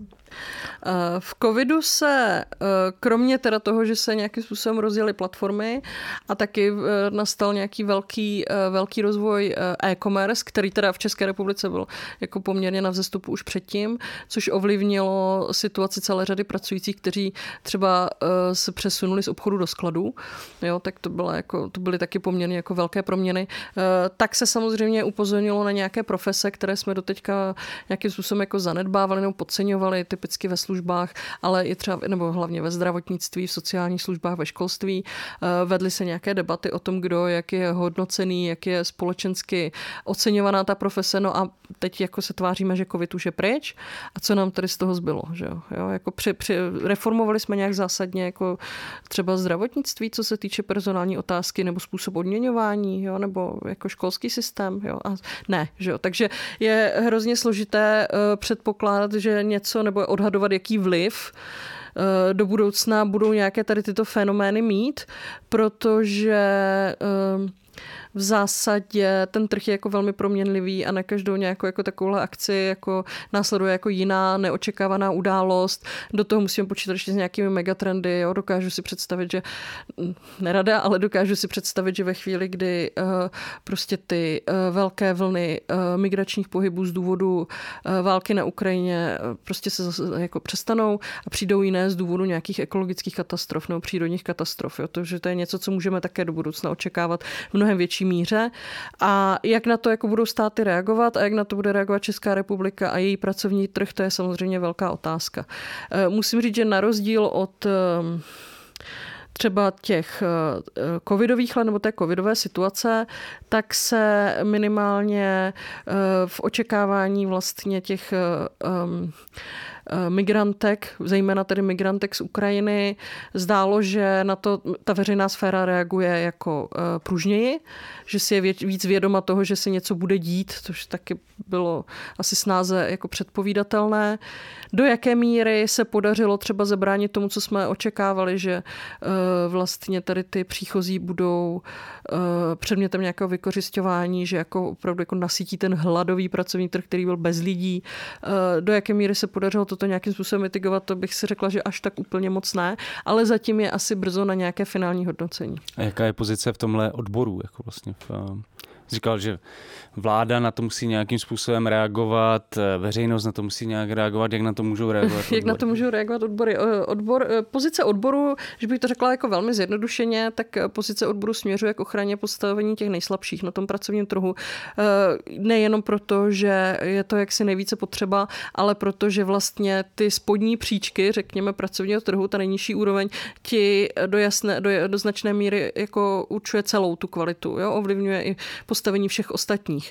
V covidu se, kromě teda toho, že se nějakým způsobem rozjeli platformy a taky nastal nějaký velký rozvoj e-commerce, který teda v České republice byl jako poměrně na vzestupu už předtím, což ovlivnilo situaci celé řady pracujících, kteří třeba se přesunuli z obchodu do skladů. Jo, tak to byly taky poměrně jako velké proměny. Tak se samozřejmě upozornilo na nějaké profese, které jsme doteďka nějakým způsobem jako zanedbávali nebo podceňovali, typicky ve službách, ale i třeba, nebo hlavně ve zdravotnictví, v sociálních službách, ve školství. Vedly se nějaké debaty o tom, kdo, jak je hodnocený, jak je společensky oceňovaná ta profese. No a teď jako se tváříme, že covid už je pryč. A co nám tady z toho zbylo? Že jo? Jako reformovali jsme nějak zásadně jako třeba zdravotnictví, co se týče personální otázky, nebo způsob odměňování, jo? Nebo jako školský systém. Jo? A ne, že jo? Takže je hrozně složité předpokládat, že něco nebo odhadovat, jaký vliv do budoucna budou nějaké tady tyto fenomény mít, protože v zásadě ten trh je jako velmi proměnlivý a na každou nějakou jako takovouhle akci jako následuje jako jiná neočekávaná událost. Do toho musíme počítat ještě s nějakými megatrendy. Jo? Dokážu si představit, že nerada, ale dokážu si představit, že ve chvíli, kdy prostě ty velké vlny migračních pohybů z důvodu války na Ukrajině prostě se jako přestanou a přijdou jiné z důvodu nějakých ekologických katastrof nebo přírodních katastrof. Jo? Takže to je něco, co můžeme také do budoucna očekávat v mnohem větší míře. A jak na to jako budou státy reagovat a jak na to bude reagovat Česká republika a její pracovní trh, to je samozřejmě velká otázka. Musím říct, že na rozdíl od třeba těch covidových let nebo té covidové situace, tak se minimálně v očekávání vlastně těch migrantek, zejména tedy migrantek z Ukrajiny. Zdálo, že na to ta veřejná sféra reaguje jako pružněji, že si je víc vědoma toho, že se něco bude dít, což taky bylo asi snáze jako předpovídatelné. Do jaké míry se podařilo třeba zabránit tomu, co jsme očekávali, že vlastně tady ty příchozí budou předmětem nějakého vykořisťování, že jako opravdu jako nasytí ten hladový pracovní trh, který byl bez lidí. Do jaké míry se podařilo toto nějakým způsobem mitigovat, to bych si řekla, že až tak úplně moc ne, ale zatím je asi brzo na nějaké finální hodnocení. A jaká je pozice v tomhle odboru? Jako vlastně říkal, že vláda na to musí nějakým způsobem reagovat, veřejnost na to musí nějak reagovat, jak na to můžou reagovat odbory? Jak na to můžou reagovat odbory? Pozice odboru, že bych to řekla jako velmi zjednodušeně, tak pozice odboru směřuje k ochraně postavení těch nejslabších na tom pracovním trhu. Nejenom proto, že je to jaksi nejvíce potřeba, ale proto, že vlastně ty spodní příčky, řekněme, pracovního trhu, ta nejnižší úroveň, ti do značné míry jako určuje celou tu kvalitu, jo? Ovlivňuje i postavení všech ostatních.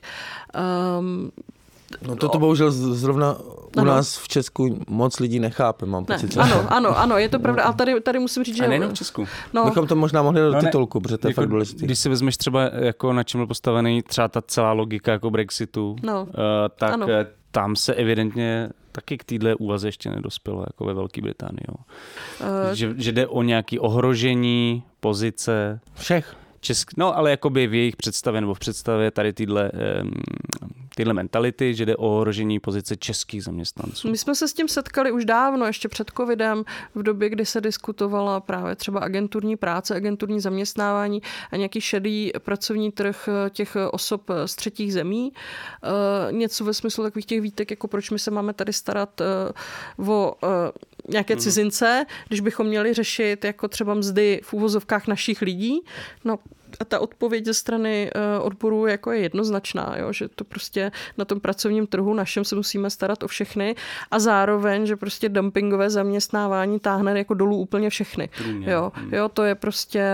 No to bohužel zrovna u nás v Česku moc lidí nechápe, mám pocit. Ano, je to pravda. A tady musím říct, že... A nejenom v Česku. No, bychom to možná mohli do titulku, protože to je fakt důležitý. Když si vezmeš třeba, jako na čem byl postavený třeba ta celá logika jako Brexitu, tak tam se evidentně taky k téhle úvaze ještě nedospělo, jako ve Velké Británii. Že jde o nějaké ohrožení pozice všech. No, ale jakoby v jejich představě nebo v představě tady tyhle mentality, že jde o ohrožení pozice českých zaměstnanců. My jsme se s tím setkali už dávno, ještě před covidem, v době, kdy se diskutovala právě třeba agenturní práce, agenturní zaměstnávání a nějaký šedý pracovní trh těch osob z třetích zemí. Něco ve smyslu takových těch výtek, jako proč my se máme tady starat o nějaké cizince, když bychom měli řešit jako třeba mzdy v úvozovkách našich lidí. No a ta odpověď ze strany odborů jako je jednoznačná, jo? Že to prostě na tom pracovním trhu našem se musíme starat o všechny a zároveň, že prostě dumpingové zaměstnávání táhne jako dolů úplně všechny. Jo, to je prostě...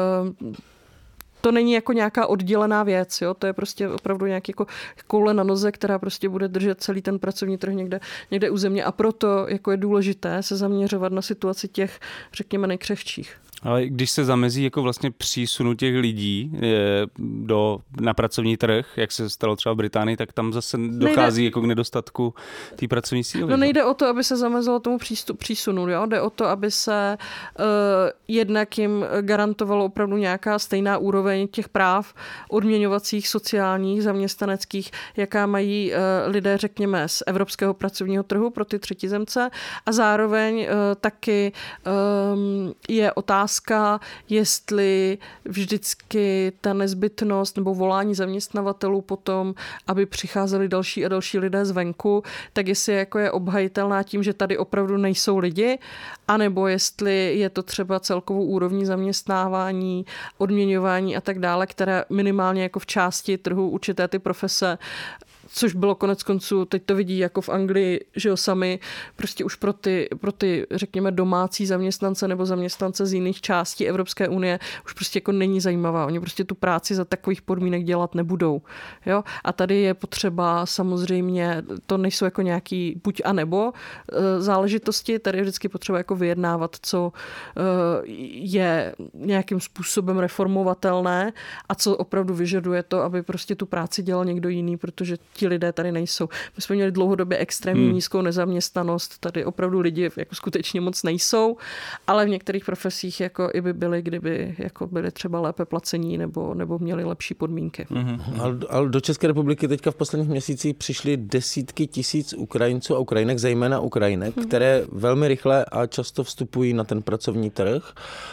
To není jako nějaká oddělená věc, jo? To je prostě opravdu nějaký jako koule na noze, která prostě bude držet celý ten pracovní trh někde u země a proto jako je důležité se zaměřovat na situaci těch, řekněme, nejkřehčích. Ale když se zamezí jako vlastně přísunu těch lidí na pracovní trh, jak se stalo třeba v Británii, tak tam zase dochází jako k nedostatku té pracovní síly. No nejde o to, aby se zamezilo tomu přísunu, jo? Jde o to, aby se jednak jim garantovalo opravdu nějaká stejná úroveň těch práv odměňovacích, sociálních, zaměstnaneckých, jaká mají lidé, řekněme, z evropského pracovního trhu pro ty třetizemce a zároveň taky je otázka, jestli vždycky ta nezbytnost nebo volání zaměstnavatelů potom, aby přicházeli další a další lidé zvenku, tak jestli jako je obhajitelná tím, že tady opravdu nejsou lidi, anebo jestli je to třeba celkovou úrovní zaměstnávání, odměňování a tak dále, které minimálně jako v části trhu určité ty profese, což bylo konec konců, teď to vidí jako v Anglii, že jo, sami prostě už pro ty, řekněme, domácí zaměstnance nebo zaměstnance z jiných částí Evropské unie už prostě jako není zajímavá. Oni prostě tu práci za takových podmínek dělat nebudou. Jo? A tady je potřeba samozřejmě, to nejsou jako nějaký buď a nebo záležitosti, tady je vždycky potřeba jako vyjednávat, co je nějakým způsobem reformovatelné a co opravdu vyžaduje to, aby prostě tu práci dělal někdo jiný, protože ti lidé tady nejsou. My jsme měli dlouhodobě extrémně nízkou nezaměstnanost, tady opravdu lidi jako skutečně moc nejsou, ale v některých profesích jako i by byli, kdyby jako byli třeba lépe placení nebo měli lepší podmínky. Ale do České republiky teďka v posledních měsících přišly desítky tisíc Ukrajinců a Ukrajinek, zejména Ukrajinek, které velmi rychle a často vstupují na ten pracovní trh.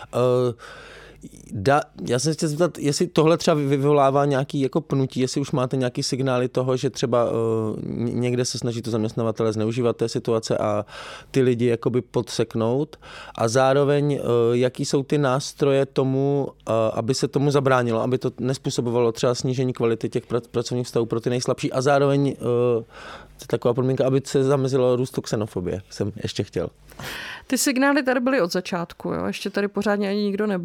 Já se chci zeptat, jestli tohle třeba vyvolává nějaký jako pnutí, jestli už máte nějaký signály toho, že třeba někde se snaží to zaměstnavatele zneužívat té situace a ty lidi jakoby podseknout a zároveň jaký jsou ty nástroje tomu, aby se tomu zabránilo, aby to nezpůsobovalo třeba snížení kvality těch pracovních vztahů pro ty nejslabší a zároveň taková podmínka, aby se zamezilo růstu xenofobie, jsem ještě chtěl. Ty signály tady byly od začátku, jo? Ještě tady pořádně ani nikdo nebyl a země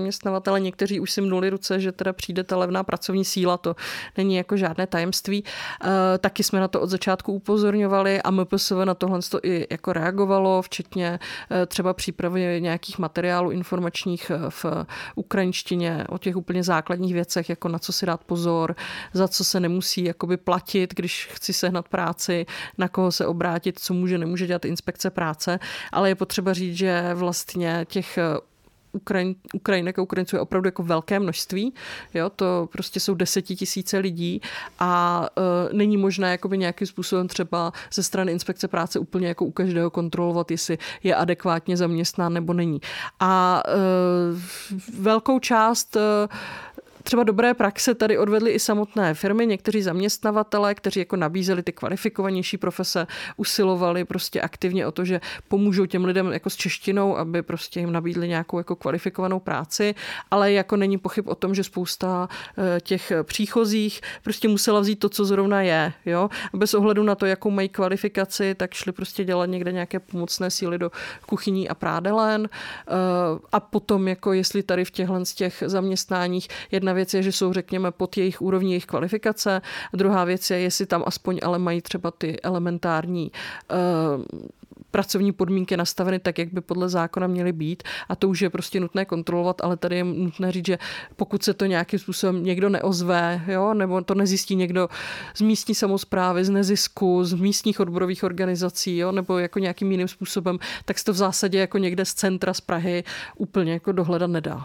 zaměstnavatele, někteří už si mnuli ruce, že teda přijde ta levná pracovní síla, to není jako žádné tajemství. Taky jsme na to od začátku upozorňovali a MPSV na tohle i jako reagovalo, včetně třeba přípravy nějakých materiálů informačních v ukrajinštině o těch úplně základních věcech, jako na co si dát pozor, za co se nemusí jakoby platit, když chci sehnat práci, na koho se obrátit, co může, nemůže dělat inspekce práce, ale je potřeba říct, že vlastně těch Ukrajinek a Ukrajinců je opravdu jako velké množství. Jo? To prostě jsou 10 000 lidí a není možné jakoby nějakým způsobem třeba ze strany inspekce práce úplně jako u každého kontrolovat, jestli je adekvátně zaměstnán nebo není. A velkou část třeba dobré praxe tady odvedly i samotné firmy, někteří zaměstnavatele, kteří jako nabízeli ty kvalifikovanější profese, usilovali prostě aktivně o to, že pomůžou těm lidem jako s češtinou, aby prostě jim nabídli nějakou jako kvalifikovanou práci, ale jako není pochyb o tom, že spousta těch příchozích prostě musela vzít to, co zrovna je, jo? Bez ohledu na to, jakou mají kvalifikaci, tak šli prostě dělat někde nějaké pomocné síly do kuchyní a prádelen a potom jako jestli tady v těch zaměstnáních jedna věc je, že jsou, řekněme, pod jejich úrovní jejich kvalifikace. Druhá věc je, jestli tam aspoň ale mají třeba ty elementární pracovní podmínky nastaveny tak, jak by podle zákona měly být. A to už je prostě nutné kontrolovat, ale tady je nutné říct, že pokud se to nějakým způsobem někdo neozve, jo, nebo to nezjistí někdo z místní samosprávy, z nezisku, z místních odborových organizací, jo, nebo jako nějakým jiným způsobem, tak se to v zásadě jako někde z centra, z Prahy úplně jako dohledat nedá.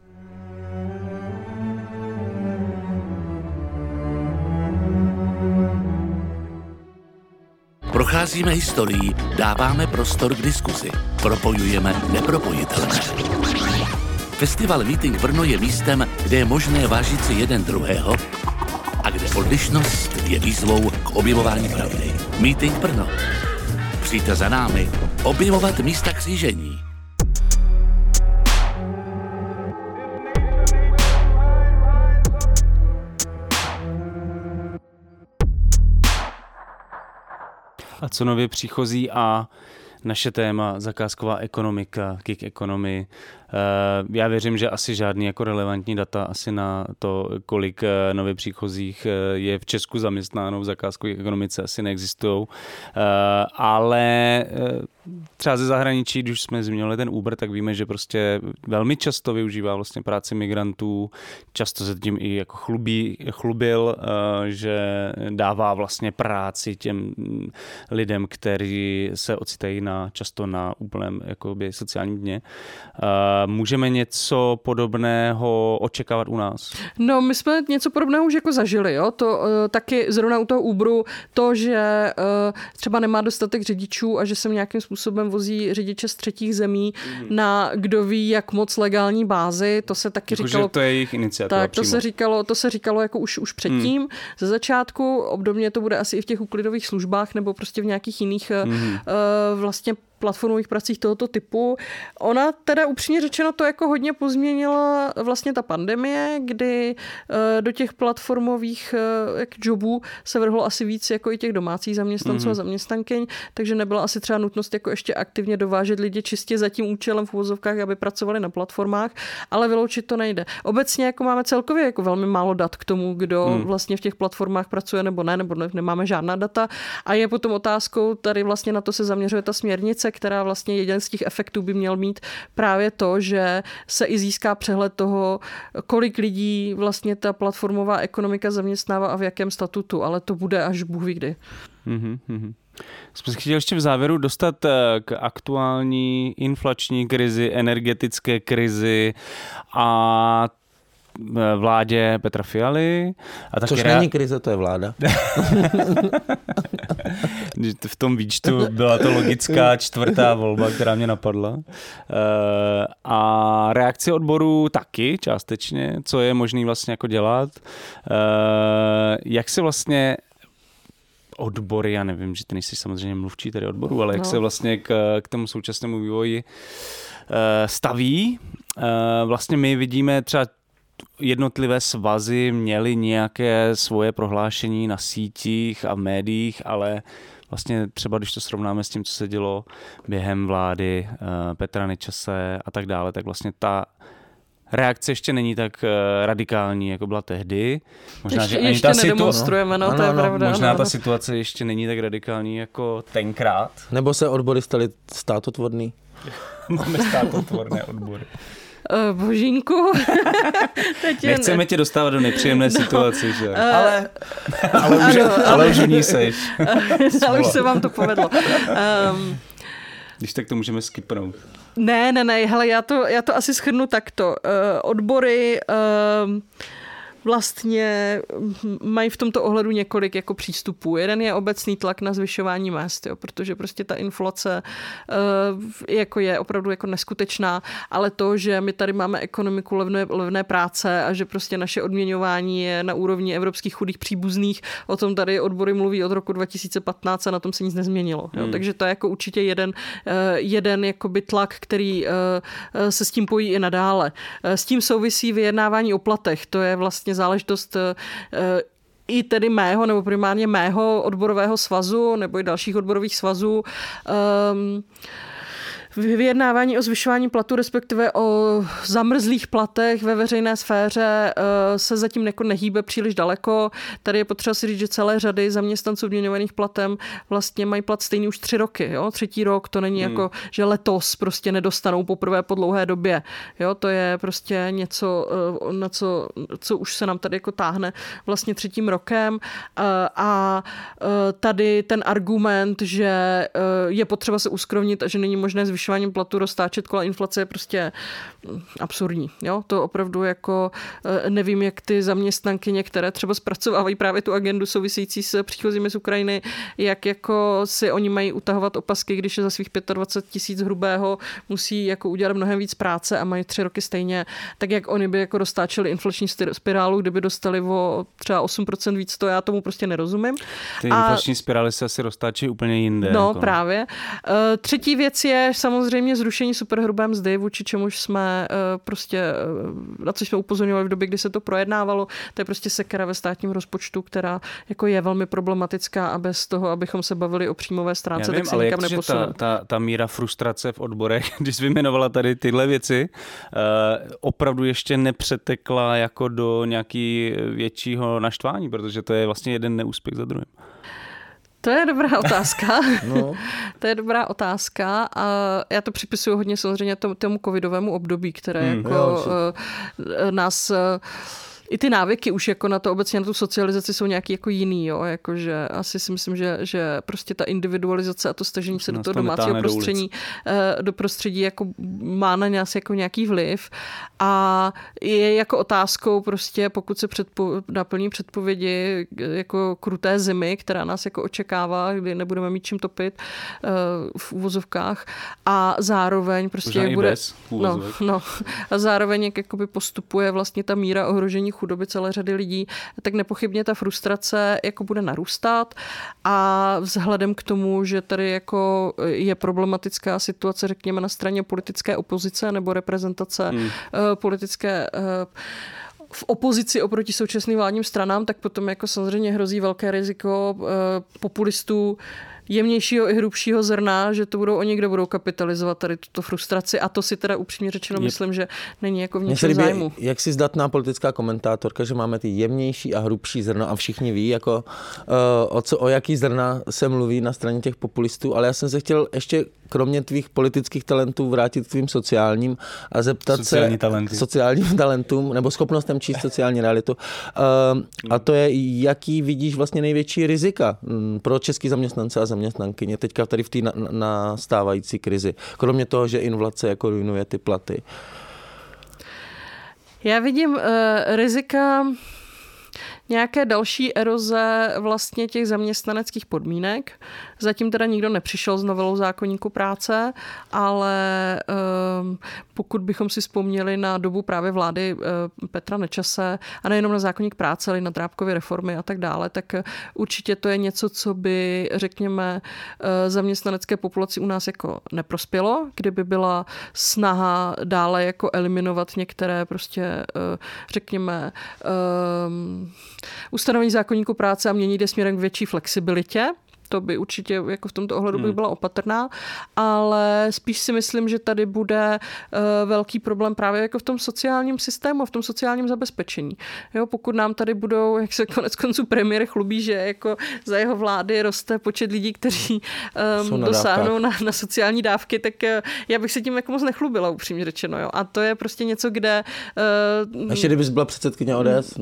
Procházíme historií, dáváme prostor k diskuzi. Propojujeme nepropojitelné. Festival Meeting Brno je místem, kde je možné vážit si jeden druhého a kde odlišnost je výzvou k objevování pravdy. Meeting Brno. Přijďte za námi objevovat místa křížení. A co nově příchozí a naše téma zakázková ekonomika, gig economy. Já věřím, že asi žádný jako relevantní data asi na to, kolik nově příchozích je v Česku zaměstnáno v zakázkové ekonomice, asi neexistují. Ale třeba ze zahraničí, když jsme zmínili ten Uber, tak víme, že prostě velmi často využívá vlastně práci migrantů, často se tím i jako chlubil, že dává vlastně práci těm lidem, kteří se ocitají často na úplném jakoby sociálním dně. Můžeme něco podobného očekávat u nás? No, my jsme něco podobného už jako zažili, jo. To taky zrovna u toho Uberu, to, že třeba nemá dostatek řidičů a že se nějakým způsobem vozí řidiče z třetích zemí na kdo ví jak moc legální bázi, to se taky říkalo. To je jejich iniciativa. Tak, to se říkalo jako už předtím. Ze začátku, obdobně to bude asi i v těch úklidových službách nebo prostě v nějakých jiných vlastně platformových pracích tohoto typu. Ona teda upřímně řečeno to jako hodně pozměnila vlastně ta pandemie, kdy do těch platformových jobů se vrhlo asi víc jako i těch domácích zaměstnanců a zaměstnankyň, takže nebyla asi třeba nutnost jako ještě aktivně dovážet lidi čistě za tím účelem v uvozovkách, aby pracovali na platformách, ale vyloučit to nejde. Obecně jako máme celkově jako velmi málo dat k tomu, kdo vlastně v těch platformách pracuje nebo nemáme žádná data a je potom otázkou, tady vlastně na to se zaměřuje ta směrnice, která vlastně jeden z těch efektů by měl mít právě to, že se i získá přehled toho, kolik lidí vlastně ta platformová ekonomika zaměstnává a v jakém statutu, ale to bude až Bůh ví kdy. Jsme se chtěli ještě v závěru dostat k aktuální inflační krizi, energetické krizi a vládě Petra Fialy. A což není krize, to je vláda. V tom výčtu byla to logická čtvrtá volba, která mě napadla. A reakce odborů taky částečně, co je možný vlastně jako dělat. Jak se vlastně odbory, já nevím, že ty nejsi samozřejmě mluvčí tady odborů, ale jak se vlastně k tomu současnému vývoji staví. Vlastně my vidíme třeba jednotlivé svazy měly nějaké svoje prohlášení na sítích a v médiích, ale vlastně třeba když to srovnáme s tím, co se dělo během vlády Petra Nečase a tak dále, tak vlastně ta reakce ještě není tak radikální, jako byla tehdy. Možná, že ještě nedemonstrujeme, to je pravda. Možná ta situace ještě není tak radikální jako tenkrát. Nebo se odbory staly státotvorný? Máme státotvorné odbory. Božínku. Nechceme tě dostávat do nepříjemné situace, že? Ale už v ní seš. Ale už se vám to povedlo. Když tak to můžeme skipnout. Ne, hele, já to asi shrnu takto. Odbory vlastně mají v tomto ohledu několik jako přístupů. Jeden je obecný tlak na zvyšování mezd, protože prostě ta inflace jako je opravdu jako neskutečná, ale to, že my tady máme ekonomiku levné práce a že prostě naše odměňování je na úrovni evropských chudých příbuzných, o tom tady odbory mluví od roku 2015 a na tom se nic nezměnilo. Jo? Takže to je jako určitě jeden jakoby tlak, který se s tím pojí i nadále. S tím souvisí vyjednávání o platech. To je vlastně záležitost i tedy mého, nebo primárně mého odborového svazu, nebo i dalších odborových svazů. Vyjednávání o zvyšování platu, respektive o zamrzlých platech ve veřejné sféře se zatím nehýbe příliš daleko. Tady je potřeba si říct, že celé řady zaměstnanců odměňovaných platem vlastně mají plat stejný už 3 roky. Jo? 3. rok to není jako, že letos prostě nedostanou poprvé po dlouhé době. Jo? To je prostě něco, co už se nám tady jako táhne vlastně 3. rokem. A tady ten argument, že je potřeba se uskrovnit a že není možné zvyšováním platu roztáčet kola inflace je prostě absurdní. Jo? To opravdu jako nevím, jak ty zaměstnankyně, které třeba zpracovávají právě tu agendu související s příchozími z Ukrajiny, jak jako si oni mají utahovat opasky, když je za svých 25 000 hrubého musí jako udělat mnohem víc práce a mají 3 roky stejně, tak jak oni by jako roztáčeli inflační spirálu, kdyby dostali o třeba 8% víc, to já tomu prostě nerozumím. Ty inflační spirály se asi roztáčí úplně jinde. No, jako. Právě. Třetí věc je samozřejmě zrušení superhrubé mzdy, vůči čemuž jsme na co jsme upozorňovali v době, kdy se to projednávalo. To je prostě sekera ve státním rozpočtu, která jako je velmi problematická a bez toho, abychom se bavili o příjmové stránce, tak se nikam neposuneme. Ta míra frustrace v odborech, když jsi vyjmenovala tady tyhle věci, opravdu ještě nepřetekla jako do nějaký většího naštvání, protože to je vlastně jeden neúspěch za druhým. To je dobrá otázka. No. To je dobrá otázka a já to připisuju hodně samozřejmě tomu covidovému období, které jako nás... I ty návyky už jako na to obecně na tu socializaci jsou nějaký jako jiný, jo, jakože asi si myslím, že prostě ta individualizace a to stažení se do toho domácího prostředí jako má na nás jako nějaký vliv a je jako otázkou prostě, pokud se naplní předpovědi jako kruté zimy, která nás jako očekává, kdy nebudeme mít čím topit v uvozovkách a zároveň prostě jak bude a zároveň jak jakoby postupuje vlastně ta míra ohrožení chudoby celé řady lidí, tak nepochybně ta frustrace jako bude narůstat a vzhledem k tomu, že tady jako je problematická situace, řekněme, na straně politické opozice nebo reprezentace politické v opozici oproti současným vládním stranám, tak potom jako samozřejmě hrozí velké riziko populistů jemnějšího i hrubšího zrna, že to budou oni, kdo budou kapitalizovat tady tuto frustraci a to si teda upřímně řečeno myslím, že není jako v ničem zájmu. Jak si zdatná politická komentátorka, že máme ty jemnější a hrubší zrno a všichni ví, jako o jaký zrna se mluví na straně těch populistů, ale já jsem se chtěl ještě kromě tvých politických talentů vrátit k tvým sociálním a zeptat sociálním talentům nebo schopnostem číst sociální realitu. A to je, jaký vidíš vlastně největší rizika pro český zaměstnance a zaměstnankyně teďka tady v té nastávající krizi. Kromě toho, že inflace jako ruinuje ty platy. Já vidím rizika nějaké další eroze vlastně těch zaměstnaneckých podmínek. Zatím teda nikdo nepřišel s novelou zákoníku práce, ale pokud bychom si vzpomněli na dobu právě vlády Petra Nečase a nejenom na zákoník práce, ale na Drábkovy reformy a tak dále, tak určitě to je něco, co by, řekněme, zaměstnanecké populaci u nás jako neprospělo, kdyby byla snaha dále jako eliminovat některé prostě, řekněme, ustanovení zákoníku práce a měnit je směrem k větší flexibilitě. To by určitě jako v tomto ohledu bych byla opatrná, ale spíš si myslím, že tady bude velký problém právě jako v tom sociálním systému, v tom sociálním zabezpečení. Jo, pokud nám tady budou, jak se konec konců premiér chlubí, že jako za jeho vlády roste počet lidí, kteří dosáhnou na sociální dávky, tak já bych se tím jako moc nechlubila, upřímně řečeno. Jo. A to je prostě něco, kde... Ještě kdybys byla předsedkyně ODS.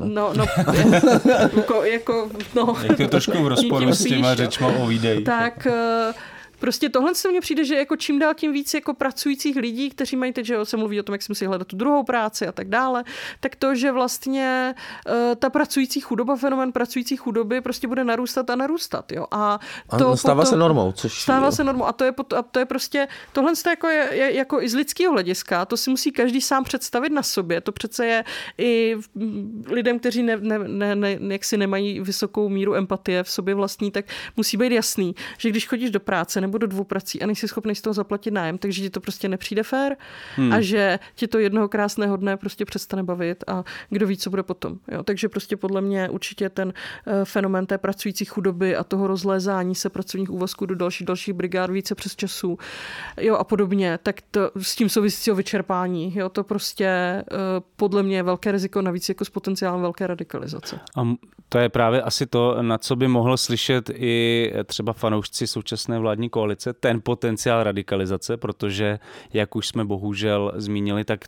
Je to trošku v rozporu s těma řečma o výdejích. Tak... Prostě tohle se mně přijde, že jako čím dál tím víc jako pracujících lidí, kteří mají teď, že se mluví o tom, jak si musí hledat tu druhou práci a tak dále, tak to, že vlastně ta pracující chudoba, fenomén pracující chudoby prostě bude narůstat a narůstat. Jo? A stává se normou. Stává se normou a to je prostě, tohle je jako i z lidského hlediska, to si musí každý sám představit na sobě. To přece je i lidem, kteří jaksi nemají vysokou míru empatie v sobě vlastní, tak musí být jasný, že když chodíš do práce nebo do 2 prací a nejsi schopný z toho zaplatit nájem, takže ti to prostě nepřijde fér a že ti to jednoho krásného dne prostě přestane bavit a kdo ví, co bude potom. Jo? Takže prostě podle mě určitě ten fenomén té pracující chudoby a toho rozlézání se pracovních úvazků do dalších brigád, více přes časů, jo, a podobně, tak to s tím souvisícího vyčerpání, jo, to prostě podle mě je velké riziko, navíc jako s potenciálem velké radikalizace. A to je právě asi to, na co by mohl slyšet i třeba fanoušci současné vládní koalice, ten potenciál radikalizace, protože, jak už jsme bohužel zmínili, tak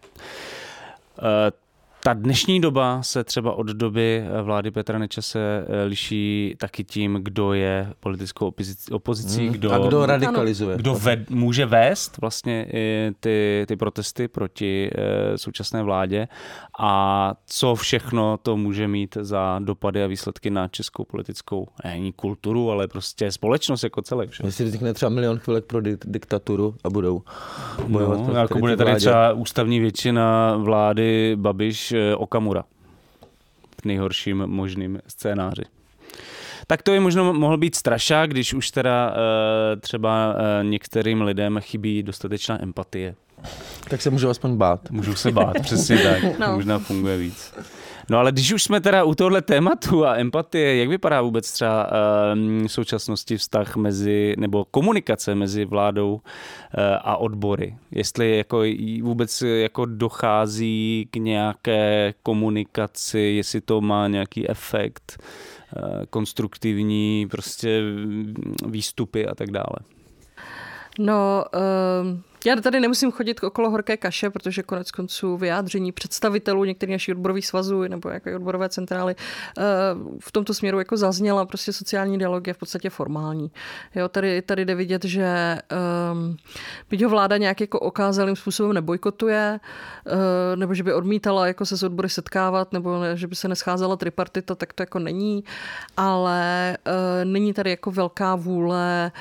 ta dnešní doba se třeba od doby vlády Petra Nečase liší taky tím, kdo je politickou opozicí, kdo radikalizuje. Kdo může vést vlastně ty protesty proti současné vládě a co všechno to může mít za dopady a výsledky na českou politickou ne kulturu, ale prostě společnost jako celek. Jestli vznikne třeba 1 000 000 chvilek pro diktaturu a budou bojovat jako bude tady třeba ústavní většina vlády Babiš Okamura v nejhorším možným scénáři. Tak to je možno mohl být strašák, když už teda třeba některým lidem chybí dostatečná empatie. Tak se můžu aspoň bát. Můžu se bát, přesně tak. No. Možná funguje víc. No ale když už jsme teda u tohle tématu a empatie, jak vypadá vůbec třeba v současnosti vztah nebo komunikace mezi vládou a odbory? Jestli jako vůbec jako dochází k nějaké komunikaci, jestli to má nějaký efekt, konstruktivní prostě výstupy a tak dále. No, já tady nemusím chodit okolo horké kaše, protože konec konců vyjádření představitelů některých našich odborových svazů nebo jako odborové centrály v tomto směru jako zazněla, prostě sociální dialog je v podstatě formální. Jo, tady jde vidět, že byť ho vláda nějak jako okázalým způsobem nebojkotuje, nebo že by odmítala jako se s odbory setkávat, nebo že by se nescházela tripartita, tak to jako není, ale není tady jako velká vůle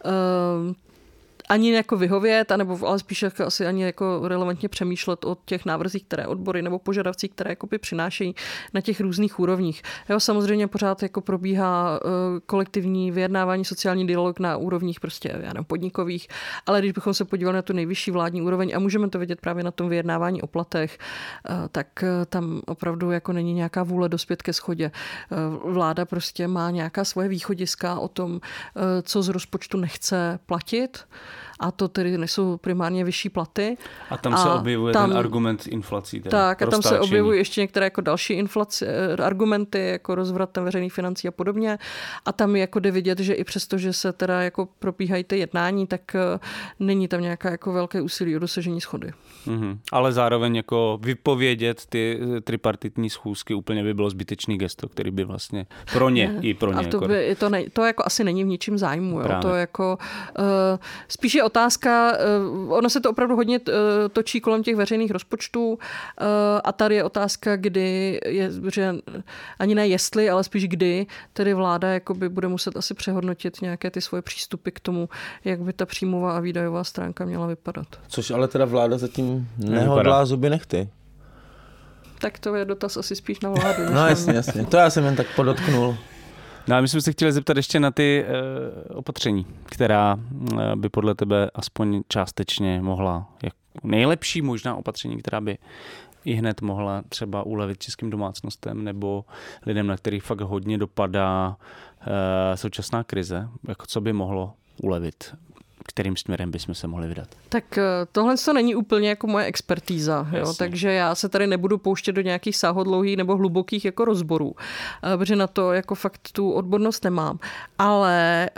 ani jako vyhovět, anebo ale spíš jako asi ani jako relevantně přemýšlet o těch návrzích, které odbory nebo požadavcích, které jakoby přinášejí na těch různých úrovních. Jo, samozřejmě pořád jako probíhá kolektivní vyjednávání, sociální dialog na úrovních prostě podnikových, ale když bychom se podívali na tu nejvyšší vládní úroveň a můžeme to vidět právě na tom vyjednávání o platech, tak tam opravdu jako není nějaká vůle dospět ke shodě. Vláda prostě má nějaká svoje východiska o tom, co z rozpočtu nechce platit. A to tedy nejsou primárně vyšší platy. A tam se objevuje ten argument inflací. Tak a tam se objevují ještě některé jako další argumenty, jako rozvrat veřejných financí a podobně. A tam jako jde vidět, že i přesto, že se teda jako probíhají ty jednání, tak není tam nějaká jako velké úsilí o dosažení shody. Mm-hmm. Ale zároveň jako vypovědět ty tripartitní schůzky úplně by bylo zbytečný gesto, který by vlastně pro ně i pro ně. A to jako asi není v ničím zájmu. Jo? To jako spíš je otázka, ono se to opravdu hodně točí kolem těch veřejných rozpočtů a tady je otázka, kdy, že ani ne jestli, ale spíš kdy tedy vláda jakoby bude muset asi přehodnotit nějaké ty svoje přístupy k tomu, jak by ta příjmová a výdajová stránka měla vypadat. Což ale teda vláda zatím nehodlá zuby nechty. Tak to je dotaz asi spíš na vládu. No jasně. To já jsem jen tak podotknul. No a my jsme se chtěli zeptat ještě na ty opatření, která by podle tebe aspoň částečně mohla, nejlepší možná opatření, která by i hned mohla třeba ulevit českým domácnostem nebo lidem, na kterých fakt hodně dopadá současná krize, jako co by mohlo ulevit, kterým směrem bychom se mohli vydat? Tak tohle to není úplně jako moje expertíza, jo? Takže já se tady nebudu pouštět do nějakých sáhodlouhých nebo hlubokých jako rozborů, protože na to jako fakt tu odbornost nemám. Ale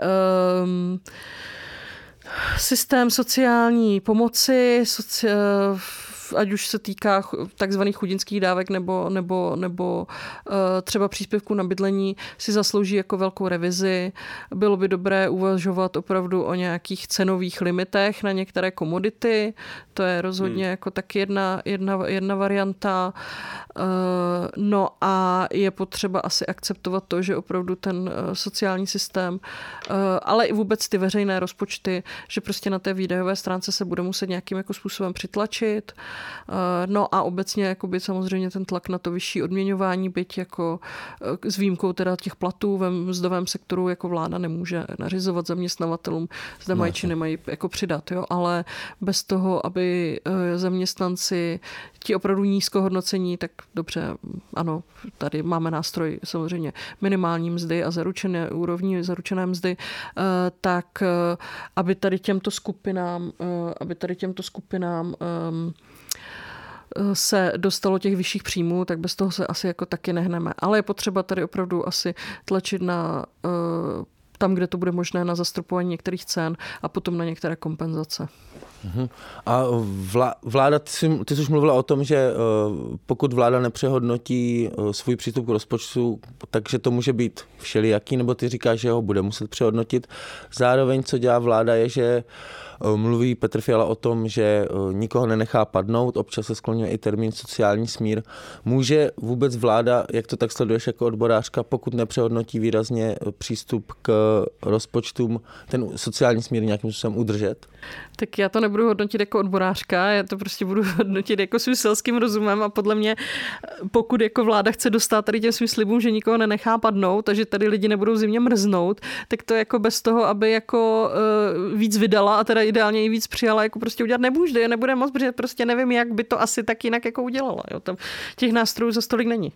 systém sociální pomoci, ať už se týká takzvaných chudinských dávek nebo třeba příspěvku na bydlení, si zaslouží jako velkou revizi. Bylo by dobré uvažovat opravdu o nějakých cenových limitech na některé komodity. To je rozhodně jako taky jedna varianta. No a je potřeba asi akceptovat to, že opravdu ten sociální systém, ale i vůbec ty veřejné rozpočty, že prostě na té výdajové stránce se bude muset nějakým jako způsobem přitlačit. No a obecně jakoby samozřejmě ten tlak na to vyšší odměňování, byť jako s výjimkou teda těch platů ve mzdovém sektoru jako vláda nemůže nařizovat zaměstnavatelům, zda mají či nemají jako přidat, jo? Ale bez toho, aby zaměstnanci ti opravdu nízkohodnocení, tak dobře, ano, tady máme nástroj samozřejmě minimální mzdy a zaručené mzdy, tak aby tady těmto skupinám se dostalo těch vyšších příjmů, tak bez toho se asi jako taky nehneme. Ale je potřeba tady opravdu asi tlačit na tam, kde to bude možné, na zastropování některých cen a potom na některé kompenzace. A vláda, ty jsi už mluvila o tom, že pokud vláda nepřehodnotí svůj přístup k rozpočtu, takže to může být všelijaký, nebo ty říkáš, že ho bude muset přehodnotit. Zároveň, co dělá vláda, je, že mluví Petr Fiala o tom, že nikoho nenechá padnout, občas se skloňuje i termín sociální smír. Může vůbec vláda, jak to tak sleduješ jako odborářka, pokud nepřehodnotí výrazně přístup k rozpočtům, ten sociální smír nějakým způsobem udržet? Tak já to nebudu hodnotit jako odborářka, já to prostě budu hodnotit jako svým selským rozumem a podle mě, pokud jako vláda chce dostat tady těm svým slibům, že nikoho nenechá padnout a že tady lidi nebudou zimně mrznout, tak to jako bez toho, aby jako víc vydala a teda ideálně i víc přijala, jako prostě udělat nemůže, nebude moc, protože prostě nevím, jak by to asi tak jinak jako udělala. Jo? Tam těch nástrojů za stolik není.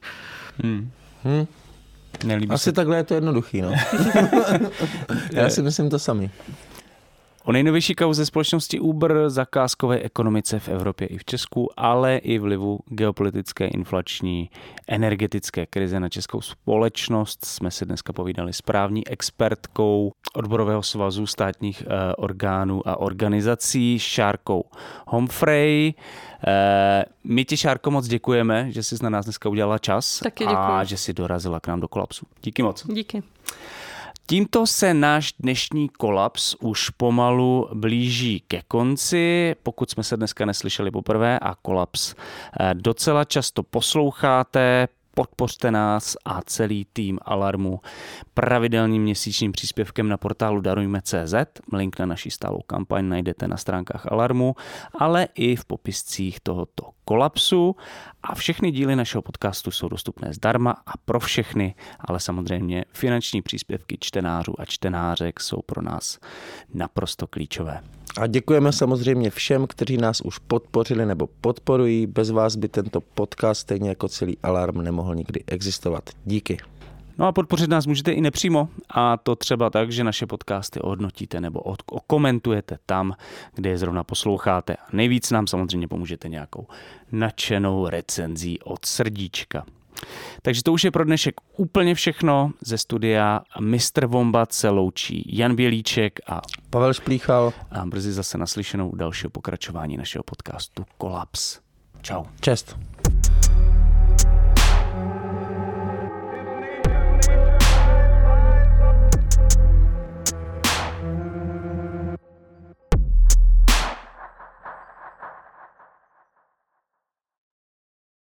Asi takhle je to jednoduchý, no. Já si myslím to samý. O nejnovější kauze společnosti Uber, zakázkové ekonomice v Evropě i v Česku, ale i vlivu geopolitické, inflační, energetické krize na českou společnost jsme si dneska povídali s právní expertkou Odborového svazu státních orgánů a organizací Šárkou Homfrey. My ti, Šárko, moc děkujeme, že jsi na nás dneska udělala čas. Taky děkuji. A že jsi dorazila k nám do Kolapsu. Díky moc. Díky. Tímto se náš dnešní Kolaps už pomalu blíží ke konci. Pokud jsme se dneska neslyšeli poprvé a Kolaps docela často posloucháte, podpořte nás a celý tým Alarmu pravidelným měsíčním příspěvkem na portálu darujme.cz. Link na naši stálou kampaň najdete na stránkách Alarmu, ale i v popiscích tohoto Kolapsu. A všechny díly našeho podcastu jsou dostupné zdarma a pro všechny, ale samozřejmě finanční příspěvky čtenářů a čtenářek jsou pro nás naprosto klíčové. A děkujeme samozřejmě všem, kteří nás už podpořili nebo podporují. Bez vás by tento podcast, stejně jako celý Alarm, nemohl nikdy existovat. Díky. No a podpořit nás můžete i nepřímo, a to třeba tak, že naše podcasty ohodnotíte nebo okomentujete tam, kde je zrovna posloucháte. A nejvíc nám samozřejmě pomůžete nějakou nadšenou recenzí od srdíčka. Takže to už je pro dnešek úplně všechno. Ze studia Mr. Vombat se loučí Jan Bělíček a Pavel Šplíchal. A brzy zase naslyšenou u dalšího pokračování našeho podcastu Kolaps. Čau. Čest.